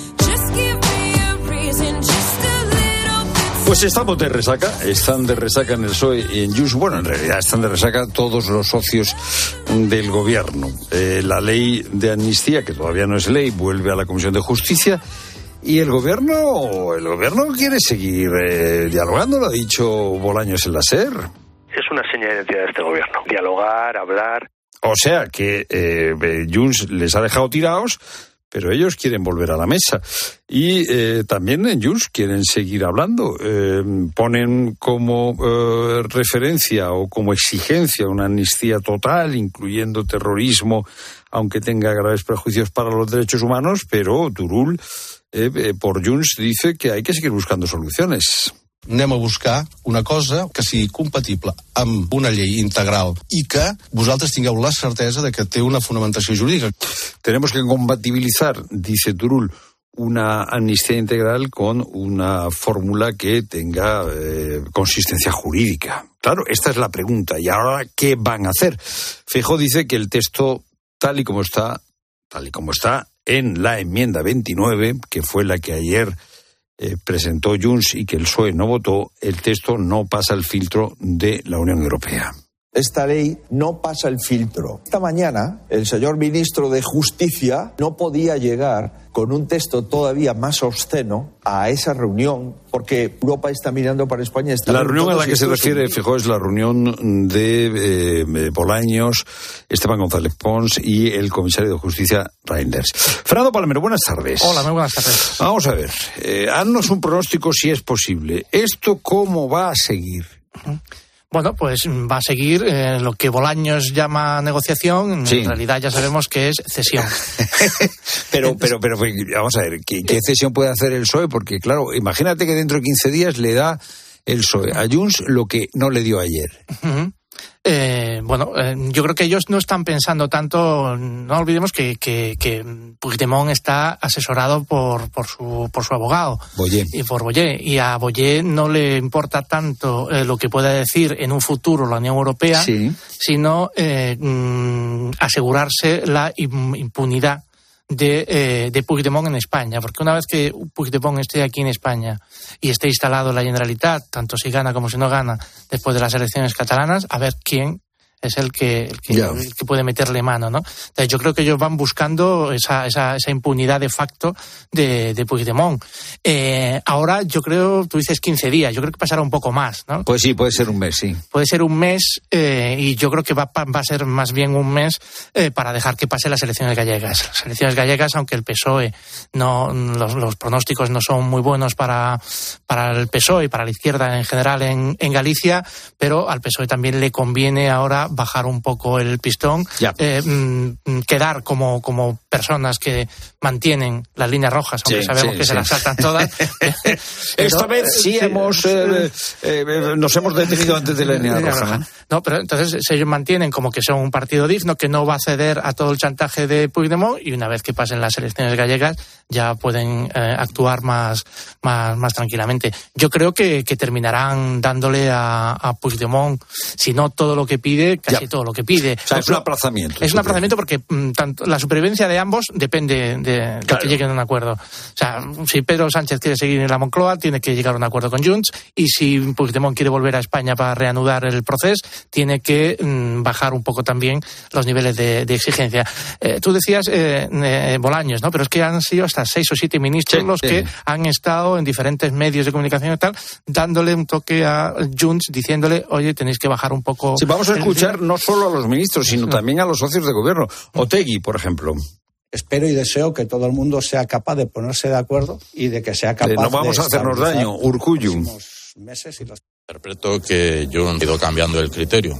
Pues estamos de resaca, están de resaca en el P S O E y en Junts. Bueno, en realidad están de resaca todos los socios del gobierno. Eh, la ley de amnistía, que todavía no es ley, vuelve a la Comisión de Justicia. Y el gobierno, el gobierno quiere seguir eh, dialogando, lo ha dicho Bolaños en la SER. Es una seña de identidad de este gobierno. Dialogar, hablar. O sea que eh, Junts les ha dejado tirados, pero ellos quieren volver a la mesa. Y eh, también en Junts quieren seguir hablando. Eh, ponen como eh, referencia o como exigencia una amnistía total, incluyendo terrorismo, aunque tenga graves prejuicios para los derechos humanos, pero Turull, eh, eh, por Junts, dice que hay que seguir buscando soluciones. Anem a buscar una cosa que sigui compatible amb una llei integral i que vosaltres tingueu la certesa de que té una fundamentació jurídica. Tenemos que compatibilizar, dice Turull, una amnistía integral con una fórmula que tenga eh, consistencia jurídica. Claro, esta es la pregunta. ¿Y ahora qué van a hacer? Feijóo dice que el texto, tal y como está, tal y como está en la enmienda veintinueve, que fue la que ayer Eh, presentó Junts y que el P S O E no votó, el texto no pasa el filtro de la Unión Europea. Esta ley no pasa el filtro. Esta mañana, el señor ministro de Justicia no podía llegar con un texto todavía más obsceno a esa reunión, porque Europa está mirando para España. Está la reunión a la que se refiere, fijo, es la reunión de eh, Bolaños, Esteban González Pons y el comisario de Justicia, Reinders. Fernando Palmero, buenas tardes. Hola, muy buenas tardes. Vamos a ver, eh, haznos un pronóstico si es posible. ¿Esto cómo va a seguir? Uh-huh. Bueno, pues va a seguir eh, lo que Bolaños llama negociación, sí. En realidad ya sabemos que es cesión. pero, pero, pero, vamos a ver, ¿qué, ¿qué cesión puede hacer el P S O E? Porque, claro, imagínate que dentro de quince días le da el P S O E a Junts lo que no le dio ayer. Uh-huh. Eh, bueno, eh, yo creo que ellos no están pensando tanto, no olvidemos que, que, que Puigdemont está asesorado por, por, su, por su abogado. Boyer. Y por Boyer. Y a Boyer no le importa tanto eh, lo que pueda decir en un futuro la Unión Europea, sí. sino eh, mm, asegurarse la impunidad de, eh, de Puigdemont en España, porque una vez que Puigdemont esté aquí en España y esté instalado en la Generalitat, tanto si gana como si no gana, después de las elecciones catalanas, a ver quién es el que, el que, yeah. el que puede meterle mano, ¿no? Entonces, yo creo que ellos van buscando esa, esa, esa impunidad de facto de, de Puigdemont. Eh, ahora, yo creo, tú dices quince días, yo creo que pasará un poco más, ¿no? Pues sí, puede ser un mes, sí. Puede ser un mes, eh, y yo creo que va, va a ser más bien un mes eh, para dejar que pasen las elecciones gallegas. Las elecciones gallegas, aunque el P S O E, no, los, los pronósticos no son muy buenos para, para el P S O E y para la izquierda en general en, en Galicia, pero al P S O E también le conviene ahora bajar un poco el pistón, eh, mm, quedar como, como personas que mantienen las líneas rojas, aunque sí, sabemos sí, que sí. se las saltan todas. Pero, esta vez sí, sí hemos eh, eh, nos hemos detenido antes de la línea roja. ¿no? no, pero entonces ellos mantienen como que son un partido digno, que no va a ceder a todo el chantaje de Puigdemont, y una vez que pasen las elecciones gallegas ya pueden eh, actuar más, más, más tranquilamente. Yo creo que, que terminarán dándole a, a Puigdemont, si no todo lo que pide, casi ya. todo lo que pide. O sea, es un aplazamiento. Es un aplazamiento porque mm, tanto, la supervivencia de ambos depende de, de claro. que lleguen a un acuerdo. O sea, si Pedro Sánchez quiere seguir en la Moncloa, tiene que llegar a un acuerdo con Junts, y si Puigdemont quiere volver a España para reanudar el proceso, tiene que mm, bajar un poco también los niveles de, de exigencia. Eh, tú decías eh, eh, Bolaños, ¿no? Pero es que han sido hasta seis o siete ministros sí, los sí. que han estado en diferentes medios de comunicación y tal, dándole un toque a Junts, diciéndole, oye, tenéis que bajar un poco... Sí, vamos a escuchar no solo a los ministros, sino también a los socios de gobierno. Otegi, por ejemplo. Espero y deseo que todo el mundo sea capaz de ponerse de acuerdo y de que sea capaz de... Eh, no vamos a hacernos daño, Urkullu. Meses y los... Interpreto que Junts ha ido cambiando el criterio.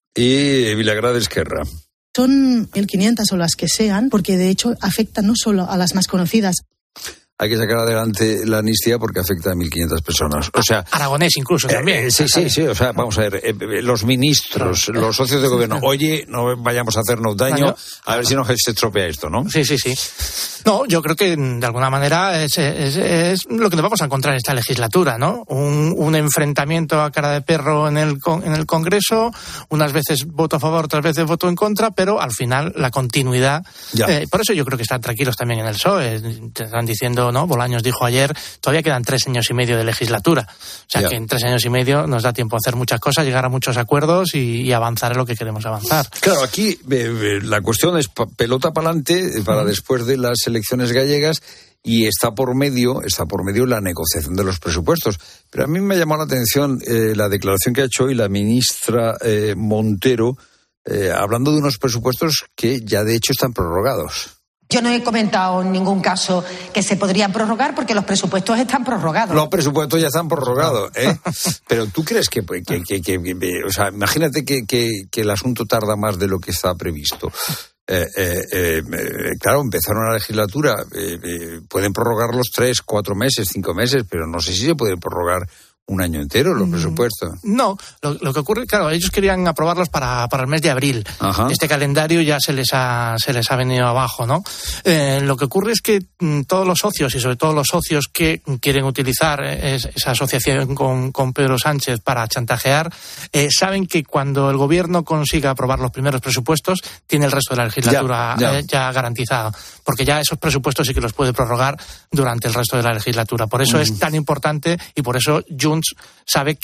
Y Villagrán Esquerra. Son mil quinientas o las que sean, porque de hecho afectan no solo a las más conocidas. Hay que sacar adelante la amnistía porque afecta a mil quinientas personas. O sea, Aragonés incluso también. Eh, sí, sí, sí. O sea, vamos a ver, eh, los ministros, los socios de gobierno, oye, no vayamos a hacernos daño, a ver si no se estropea esto, ¿no? Sí, sí, sí. No, yo creo que de alguna manera es, es, es lo que nos vamos a encontrar en esta legislatura, ¿no? Un, un enfrentamiento a cara de perro en el, en el Congreso, unas veces voto a favor, otras veces voto en contra, pero al final la continuidad. Eh, por eso yo creo que están tranquilos también en el P S O E. Te están diciendo, ¿no? Bolaños dijo ayer, todavía quedan tres años y medio de legislatura. O sea ya. que en tres años y medio nos da tiempo a hacer muchas cosas, llegar a muchos acuerdos y, y avanzar en lo que queremos avanzar. Claro, aquí eh, eh, la cuestión es pa- pelota para adelante para uh-huh. después de las elecciones gallegas, y está por medio, está por medio la negociación de los presupuestos. Pero a mí me ha llamado la atención eh, la declaración que ha hecho hoy la ministra eh, Montero, eh, hablando de unos presupuestos que ya de hecho están prorrogados. Yo no he comentado en ningún caso que se podrían prorrogar porque los presupuestos están prorrogados. Los presupuestos ya están prorrogados, ¿eh? Pero tú crees que, que, que, que, que o sea, imagínate que, que, que el asunto tarda más de lo que está previsto. Eh, eh, eh, claro, empezaron la legislatura, eh, eh, pueden prorrogar los tres, cuatro meses, cinco meses, pero no sé si se puede prorrogar un año entero los presupuestos. No, lo, lo que ocurre, claro, ellos querían aprobarlos para, para el mes de abril. Ajá. Este calendario ya se les ha, se les ha venido abajo, ¿no? Eh, lo que ocurre es que m, todos los socios, y sobre todo los socios que quieren utilizar es, esa asociación con, con Pedro Sánchez para chantajear, eh, saben que cuando el gobierno consiga aprobar los primeros presupuestos, tiene el resto de la legislatura ya, ya. Eh, ya garantizado. Porque ya esos presupuestos sí que los puede prorrogar durante el resto de la legislatura. Por eso mm. es tan importante, y por eso Junts sabe que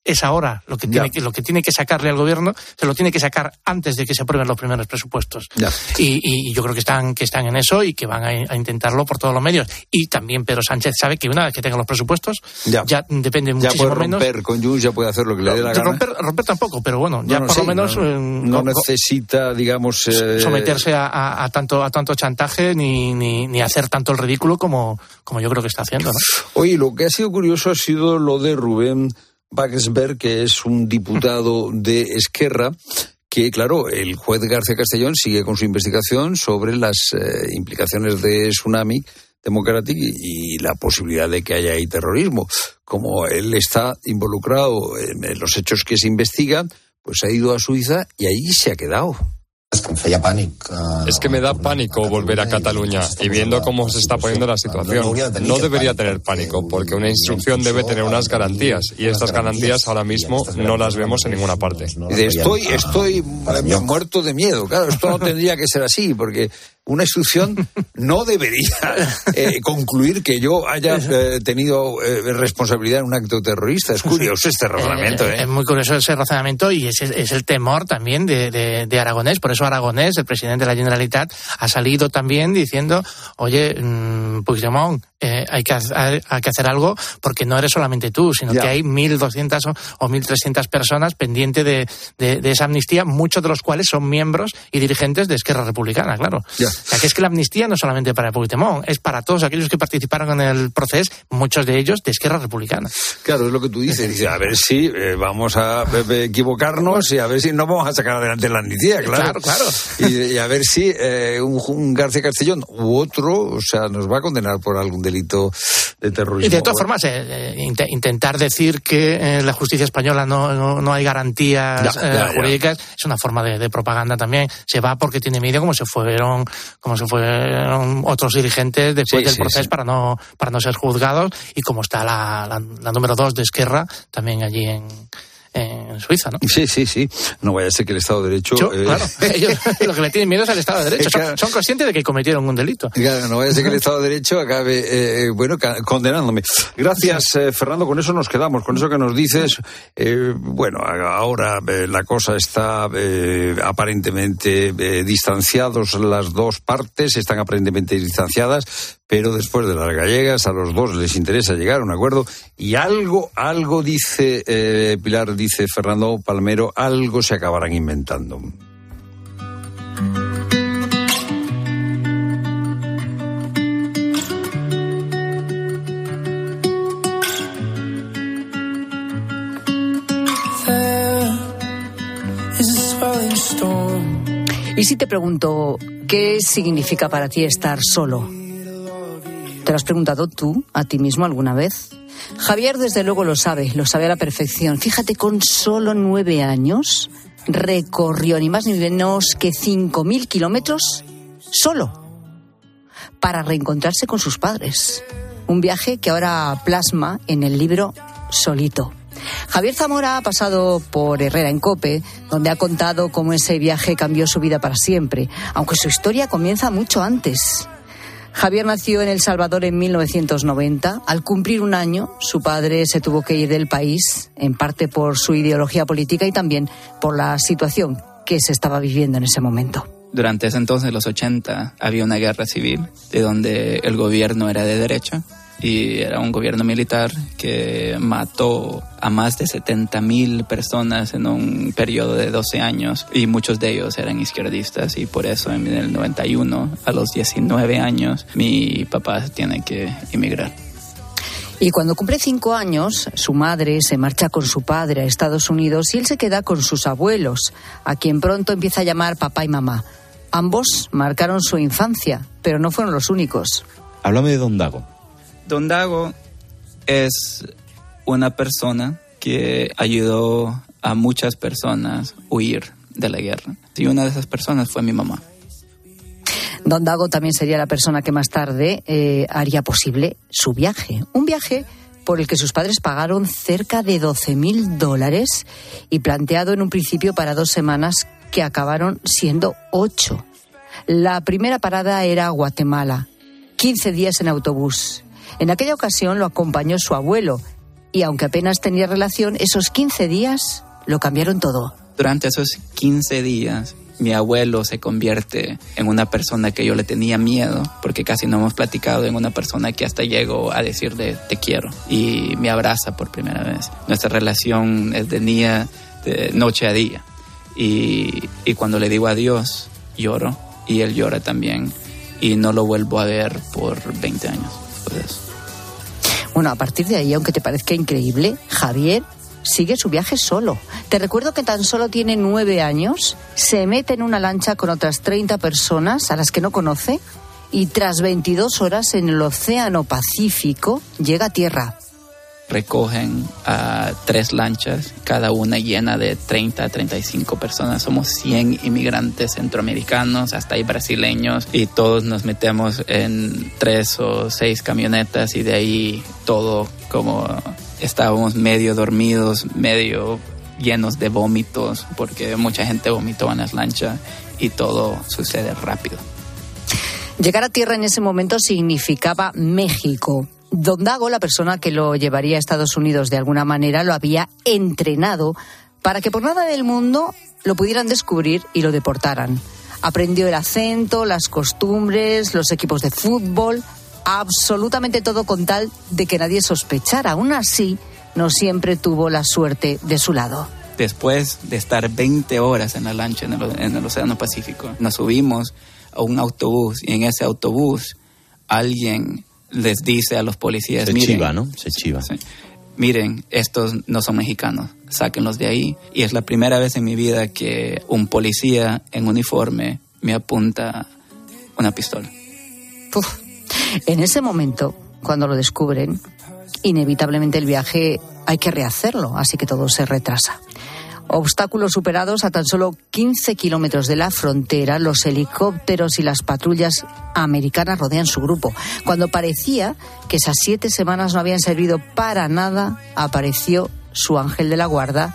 es ahora. Lo que tiene que, lo que tiene que sacarle al gobierno se lo tiene que sacar antes de que se aprueben los primeros presupuestos. Y, y yo creo que están, que están en eso y que van a, a intentarlo por todos los medios. Y también Pedro Sánchez sabe que una vez que tenga los presupuestos, ya, ya depende ya muchísimo puede romper menos. Con Junts, ya puede hacer lo que le dé la gana. Romper, romper tampoco, pero bueno, ya no, no, por sí, lo menos no, no, no necesita, digamos, eh... someterse a, a, a tanto a tanto chantaje ni, ni, ni hacer tanto el ridículo como, como yo creo que está haciendo, ¿no? Oye, lo que ha sido curioso ha sido lo de Rubén Wagensberg, que es un diputado de Esquerra, que, claro, el juez García Castellón sigue con su investigación sobre las eh, implicaciones de Tsunami Democratic y, y la posibilidad de que haya ahí terrorismo. Como él está involucrado en, en los hechos que se investigan, pues ha ido a Suiza y ahí se ha quedado. Es que me da pánico volver a Cataluña y viendo cómo se está poniendo la situación. No debería tener pánico porque una instrucción debe tener unas garantías y estas garantías ahora mismo no las vemos en ninguna parte. Estoy, estoy muerto de miedo. Claro, esto no tendría que ser así porque una instrucción no debería eh, concluir que yo haya eh, tenido eh, responsabilidad en un acto terrorista. Es curioso este razonamiento. ¿eh? Es muy curioso ese razonamiento y ese es el temor también de, de, de Aragonés. Por eso Aragonés, el presidente de la Generalitat, ha salido también diciendo, oye, mmm, Puigdemont, eh, hay, que hacer, hay que hacer algo porque no eres solamente tú, sino ya. que hay mil doscientas o, o mil trescientas personas pendientes de, de, de esa amnistía, muchos de los cuales son miembros y dirigentes de Esquerra Republicana, claro. Ya. O sea, que es que la amnistía no es solamente para Puigdemont, es para todos aquellos que participaron en el proceso, muchos de ellos de Esquerra Republicana. Claro, es lo que tú dices. Dice, a ver si eh, vamos a eh, equivocarnos y a ver si no vamos a sacar adelante la amnistía, claro. Claro, claro. Y, y a ver si eh, un, un García Castellón u otro, o sea, nos va a condenar por algún delito de terrorismo. Y de todas formas, eh, eh, int- intentar decir que en eh, la justicia española no, no, no hay garantías ya, ya, eh, jurídicas ya. es una forma de, de propaganda también. Se va porque tiene miedo, como se fueron como se fueron otros dirigentes después sí, del sí, proceso sí. para no para no ser juzgados, y como está la, la, la número dos de Esquerra también allí en en Suiza, ¿no? Sí, sí, sí. No vaya a ser que el Estado de Derecho... Yo, eh... Claro, ellos lo que le tienen miedo es al Estado de Derecho. Son, son conscientes de que cometieron un delito. Claro, no vaya a ser que el Estado de Derecho acabe, eh, bueno, condenándome. Gracias, eh, Fernando. Con eso nos quedamos. Con eso que nos dices, eh, bueno, ahora eh, la cosa está eh, aparentemente eh, distanciados las dos partes, están aparentemente distanciadas, pero después de las gallegas a los dos les interesa llegar a un acuerdo y algo, algo dice eh, Pilar, dice Fernando Palmero, algo se acabarán inventando. Y si te pregunto, ¿qué significa para ti estar solo? ¿Te lo has preguntado tú a ti mismo alguna vez? Javier desde luego lo sabe, lo sabe a la perfección. Fíjate, con solo nueve años recorrió ni más ni menos que cinco mil kilómetros solo para reencontrarse con sus padres. Un viaje que ahora plasma en el libro Solito. Javier Zamora ha pasado por Herrera en COPE, donde ha contado cómo ese viaje cambió su vida para siempre, aunque su historia comienza mucho antes. Javier nació en El Salvador en mil novecientos noventa. Al cumplir un año, su padre se tuvo que ir del país, en parte por su ideología política y también por la situación que se estaba viviendo en ese momento. Durante ese entonces, los ochenta, había una guerra civil, de donde el gobierno era de derecha, y era un gobierno militar que mató a más de setenta mil personas en un periodo de doce años, y muchos de ellos eran izquierdistas, y por eso en el noventa y uno, a los diecinueve años, mi papá tiene que emigrar. Y cuando cumple cinco años, su madre se marcha con su padre a Estados Unidos y él se queda con sus abuelos, a quien pronto empieza a llamar papá y mamá. Ambos marcaron su infancia, pero no fueron los únicos. Háblame de Don Dago. Don Dago es una persona que ayudó a muchas personas a huir de la guerra. Y una de esas personas fue mi mamá. Don Dago también sería la persona que más tarde eh, haría posible su viaje. Un viaje por el que sus padres pagaron cerca de doce mil dólares y planteado en un principio para dos semanas que acabaron siendo ocho. La primera parada era Guatemala. quince días en autobús. En aquella ocasión lo acompañó su abuelo, Y aunque apenas tenía relación, esos quince días lo cambiaron todo. Durante esos quince días, mi abuelo se convierte en una persona que yo le tenía miedo, porque casi no hemos platicado, en una persona que hasta llego a decirle te quiero y me abraza por primera vez. Nuestra relación es de día, de noche a día. Y, y cuando le digo adiós, lloro y él llora también y no lo vuelvo a ver por veinte años. Pues, bueno, a partir de ahí, aunque te parezca increíble, Javier sigue su viaje solo. Te recuerdo que tan solo tiene nueve años, se mete en una lancha con otras treinta personas a las que no conoce y tras veintidós horas en el Océano Pacífico llega a tierra. Recogen a tres lanchas, cada una llena de treinta a treinta y cinco personas. Somos cien inmigrantes centroamericanos, hasta hay brasileños, y todos nos metemos en tres o seis camionetas y de ahí todo como estábamos medio dormidos, medio llenos de vómitos, porque mucha gente vomitó en las lanchas y todo sucede rápido. Llegar a tierra en ese momento significaba México. Don Dago, la persona que lo llevaría a Estados Unidos de alguna manera, lo había entrenado para que por nada del mundo lo pudieran descubrir y lo deportaran. Aprendió el acento, las costumbres, los equipos de fútbol, absolutamente todo con tal de que nadie sospechara. Aún así, no siempre tuvo la suerte de su lado. Después de estar veinte horas en la lancha en el, en el Océano Pacífico, nos subimos a un autobús y en ese autobús alguien les dice a los policías, se miren, chiva, ¿no? Se chiva. Sí, miren, estos no son mexicanos, sáquenlos de ahí. Y es la primera vez en mi vida que un policía en uniforme me apunta una pistola. Uf. En ese momento, cuando lo descubren, inevitablemente el viaje hay que rehacerlo, así que todo se retrasa. Obstáculos superados, a tan solo quince kilómetros de la frontera, los helicópteros y las patrullas americanas rodean su grupo. Cuando parecía que esas siete semanas no habían servido para nada, apareció su ángel de la guarda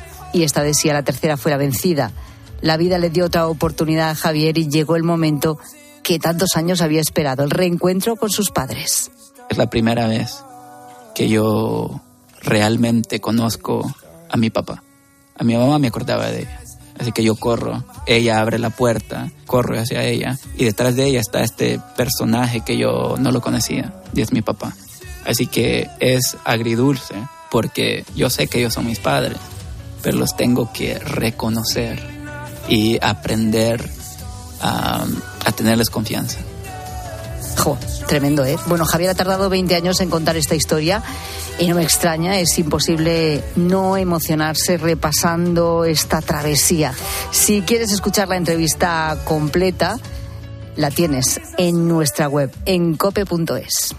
y esta vez sí, a la tercera fue la vencida. La vida le dio otra oportunidad a Javier y llegó el momento que tantos años había esperado, el reencuentro con sus padres. Es la primera vez que yo realmente conozco a mi papá. A mi mamá me acordaba de ella, así que yo corro, ella abre la puerta, corro hacia ella y detrás de ella está este personaje que yo no lo conocía y es mi papá. Así que es agridulce porque yo sé que ellos son mis padres, pero los tengo que reconocer y aprender a, a tenerles confianza. Jo, tremendo, ¿eh? Bueno, Javier ha tardado veinte años en contar esta historia y no me extraña, es imposible no emocionarse repasando esta travesía. Si quieres escuchar la entrevista completa, la tienes en nuestra web, en cope punto es.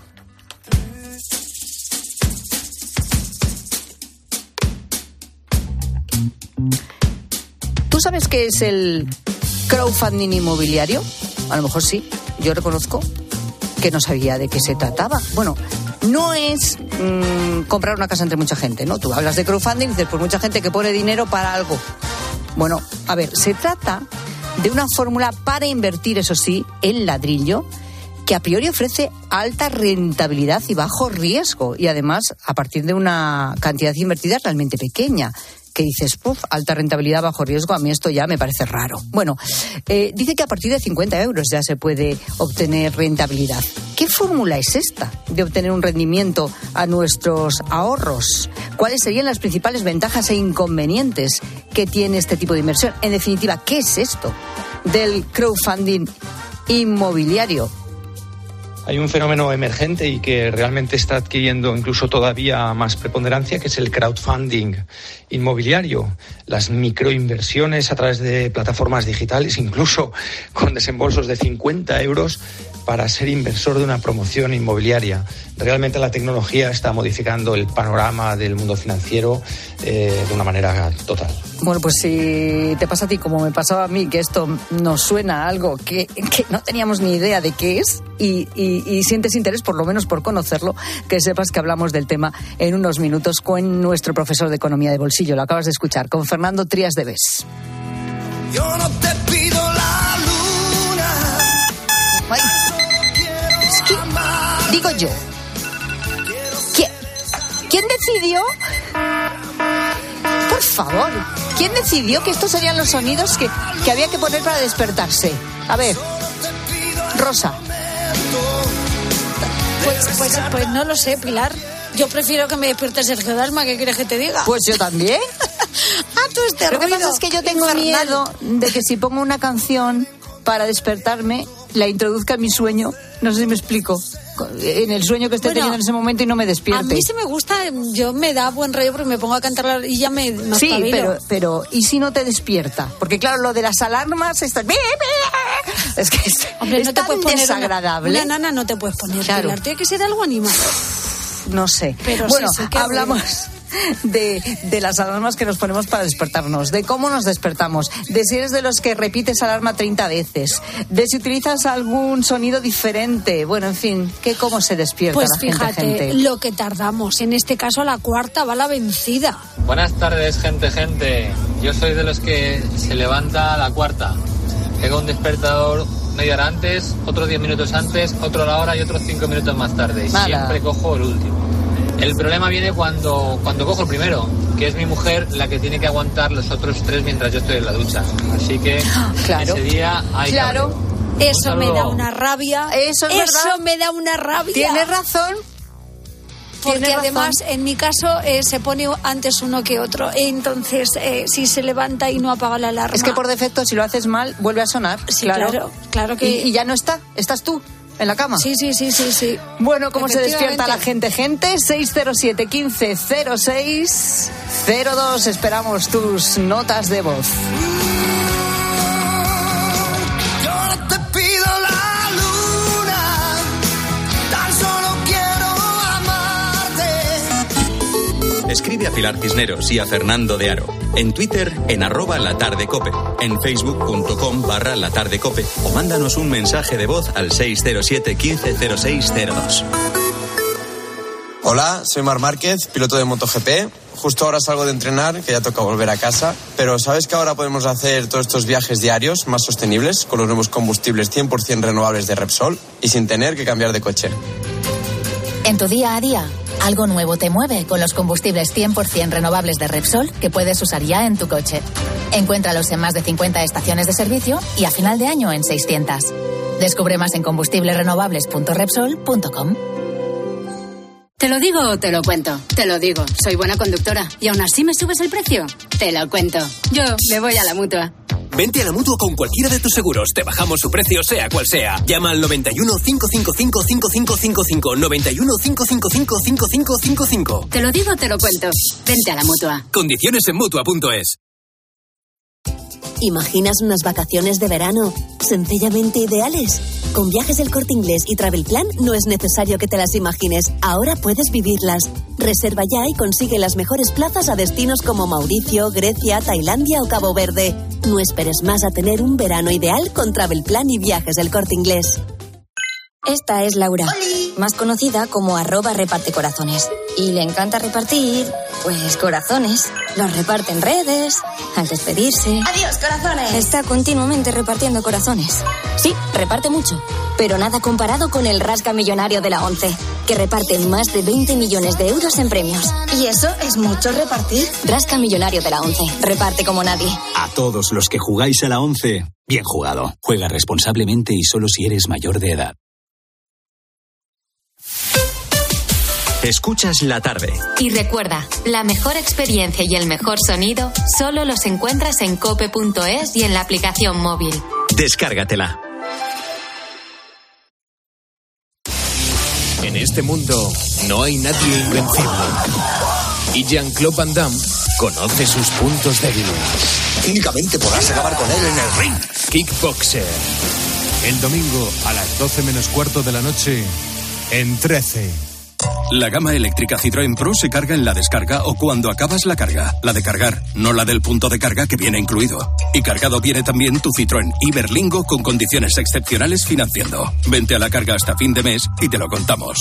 ¿Tú sabes qué es el crowdfunding inmobiliario? A lo mejor sí, yo reconozco que no sabía de qué se trataba. Bueno, no es mmm, comprar una casa entre mucha gente, ¿no? Tú hablas de crowdfunding y dices, pues mucha gente que pone dinero para algo. Bueno, a ver, se trata de una fórmula para invertir, eso sí, en ladrillo, que a priori ofrece alta rentabilidad y bajo riesgo, y además a partir de una cantidad invertida realmente pequeña. Que dices, puf, alta rentabilidad, bajo riesgo, a mí esto ya me parece raro. Bueno, eh, dice que a partir de cincuenta euros ya se puede obtener rentabilidad. ¿Qué fórmula es esta de obtener un rendimiento a nuestros ahorros? ¿Cuáles serían las principales ventajas e inconvenientes que tiene este tipo de inversión? En definitiva, ¿qué es esto del crowdfunding inmobiliario? Hay un fenómeno emergente y que realmente está adquiriendo incluso todavía más preponderancia, que es el crowdfunding inmobiliario. Las microinversiones a través de plataformas digitales, incluso con desembolsos de cincuenta euros para ser inversor de una promoción inmobiliaria. Realmente la tecnología está modificando el panorama del mundo financiero eh, de una manera total. Bueno, pues si te pasa a ti como me pasaba a mí, que esto nos suena a algo que, que no teníamos ni idea de qué es y, y, y sientes interés por lo menos por conocerlo, que sepas que hablamos del tema en unos minutos con nuestro profesor de Economía de Bolsillo. Lo acabas de escuchar, con Fernando Trías de Bes. Yo no te pido la luna. Ay. Es que, digo yo, ¿quién, ¿quién decide decidió? Por favor, ¿quién decidió que estos serían los sonidos que, que había que poner para despertarse? A ver, Rosa. Pues, pues, pues no lo sé, Pilar. Yo prefiero que me despierte Sergio Dalma, ¿qué quieres que te diga? Pues yo también. Ah, tú este Lo que ruido pasa es que yo tengo infernal. miedo de que si pongo una canción para despertarme, la introduzca en mi sueño. No sé si me explico. En el sueño que esté Bueno, teniendo en ese momento y no me despierte. A mí sí me gusta, yo me da buen rollo porque me pongo a cantar y ya me, me Sí, espabilo. pero, pero ¿y si no te despierta? Porque claro, lo de las alarmas está... Es que es, Hombre, es no te tan puedes poner desagradable. Una, una nana no te puedes poner, Claro. Pilar. Tiene que ser algo animado. No sé. Pero bueno, sí, sí, qué hablamos de, de las alarmas que nos ponemos para despertarnos, de cómo nos despertamos, de si eres de los que repites alarma treinta veces, de si utilizas algún sonido diferente. Bueno, en fin, que cómo se despierta Pues la gente, fíjate, gente. lo que tardamos. En este caso, a la cuarta va la vencida. Buenas tardes, gente, gente. Yo soy de los que se levanta a la cuarta. Tengo un despertador media hora antes, otros diez minutos antes, otro a la hora y otros cinco minutos más tarde. Y Mala. siempre cojo el último. El problema viene cuando, cuando cojo el primero, que es mi mujer la que tiene que aguantar los otros tres mientras yo estoy en la ducha. Así que Claro. ese día hay Claro. cabreo. Eso Un me saludo. da una rabia. Eso es Eso verdad. me da una rabia. Tienes razón. Porque Tienes además, razón. en mi caso, eh, se pone antes uno que otro. Entonces, eh, si se levanta y no apaga la alarma. Es que por defecto, si lo haces mal, vuelve a sonar. Sí, claro, claro que- Y, y ya no está, estás tú en la cama. Sí, sí, sí, sí, sí. Bueno, ¿cómo se despierta la Efectivamente. gente, gente? seis cero siete, quince cero seis cero dos. Esperamos tus notas de voz. Yo no te pido la luna, tan solo quiero amarte. Escribe a Pilar Cisneros y a Fernando de Aro. En Twitter, en arroba latardecope. En facebook.com barra latardecope. O mándanos un mensaje de voz al seis cero siete, quince cero seis cero dos. Hola, soy Marc Márquez, piloto de MotoGP. Justo ahora salgo de entrenar, que ya toca volver a casa. Pero ¿sabes que ahora podemos hacer todos estos viajes diarios más sostenibles con los nuevos combustibles cien por ciento renovables de Repsol y sin tener que cambiar de coche? En tu día a día, algo nuevo te mueve con los combustibles cien por ciento renovables de Repsol que puedes usar ya en tu coche. Encuéntralos en más de cincuenta estaciones de servicio y a final de año en seiscientas. Descubre más en combustibles renovables punto repsol punto com. ¿Te lo digo o te lo cuento? Te lo digo, soy buena conductora. ¿Y aún así me subes el precio? Te lo cuento. Yo me voy a la Mutua. Vente a la Mutua con cualquiera de tus seguros. Te bajamos su precio, sea cual sea. Llama al noventa y uno, cinco cinco cinco, cinco cinco cinco cinco. noventa y uno, cinco cinco cinco, cinco cinco cinco cinco. Te lo digo o te lo cuento. Vente a la Mutua. Condiciones en Mutua punto es. ¿Imaginas unas vacaciones de verano sencillamente ideales? Con Viajes del Corte Inglés y Travel Plan no es necesario que te las imagines. Ahora puedes vivirlas. Reserva ya y consigue las mejores plazas a destinos como Mauricio, Grecia, Tailandia o Cabo Verde. No esperes más a tener un verano ideal con Travel Plan y Viajes del Corte Inglés. Esta es Laura, más conocida como arroba reparte corazones. Y le encanta repartir, pues, corazones. Los reparte en redes, al despedirse. ¡Adiós, corazones! Está continuamente repartiendo corazones. Sí, reparte mucho, pero nada comparado con el Rasca Millonario de la ONCE, que reparte más de veinte millones de euros en premios. ¿Y eso es mucho repartir? Rasca Millonario de la ONCE, reparte como nadie. A todos los que jugáis a la once, bien jugado. Juega responsablemente y solo si eres mayor de edad. Escuchas la tarde. Y recuerda, la mejor experiencia y el mejor sonido solo los encuentras en cope punto es y en la aplicación móvil. Descárgatela. En este mundo no hay nadie invencible. Y Jean-Claude Van Damme conoce sus puntos débiles. Únicamente podrás acabar con él en el ring. Kickboxer. El domingo a las doce menos cuarto de la noche en trece. La gama eléctrica Citroën Pro se carga en la descarga o cuando acabas la carga. La de cargar, no la del punto de carga que viene incluido. Y cargado viene también tu Citroën Iberlingo con condiciones excepcionales financiando. Vente a la carga hasta fin de mes y te lo contamos.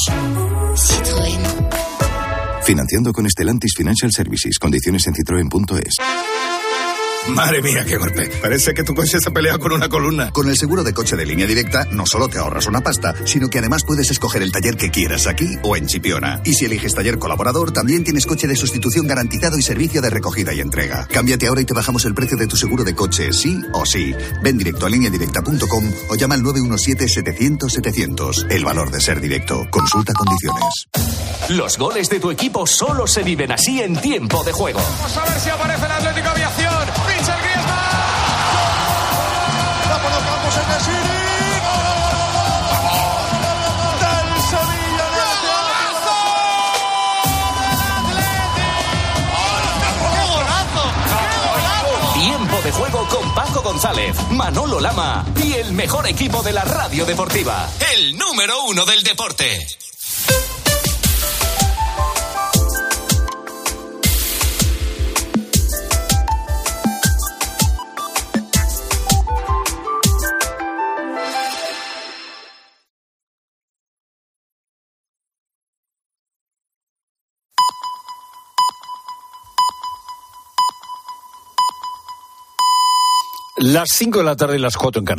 Citroën. Financiando con Stellantis Financial Services. Condiciones en citroen punto es. Madre mía, qué golpe. Parece que tu coche se ha peleado con una columna. Con el seguro de coche de Línea Directa no solo te ahorras una pasta, sino que además puedes escoger el taller que quieras aquí o en Chipiona. Y si eliges taller colaborador, también tienes coche de sustitución garantizado y servicio de recogida y entrega. Cámbiate ahora y te bajamos el precio de tu seguro de coche, sí o sí. Ven directo a línea directa punto com o llama al nueve uno siete, setecientos, setecientos. El valor de ser directo. Consulta condiciones. Los goles de tu equipo solo se viven así en tiempo de juego. Vamos a ver si aparece el Atlético Aviación. Pincha el Griezmann. La por los campos en el City. Del Sevilla. Tiempo de juego con Paco González, Manolo Lama y el mejor equipo de la radio deportiva. El número uno del deporte. Las cinco de la tarde y las cuatro en Canadá.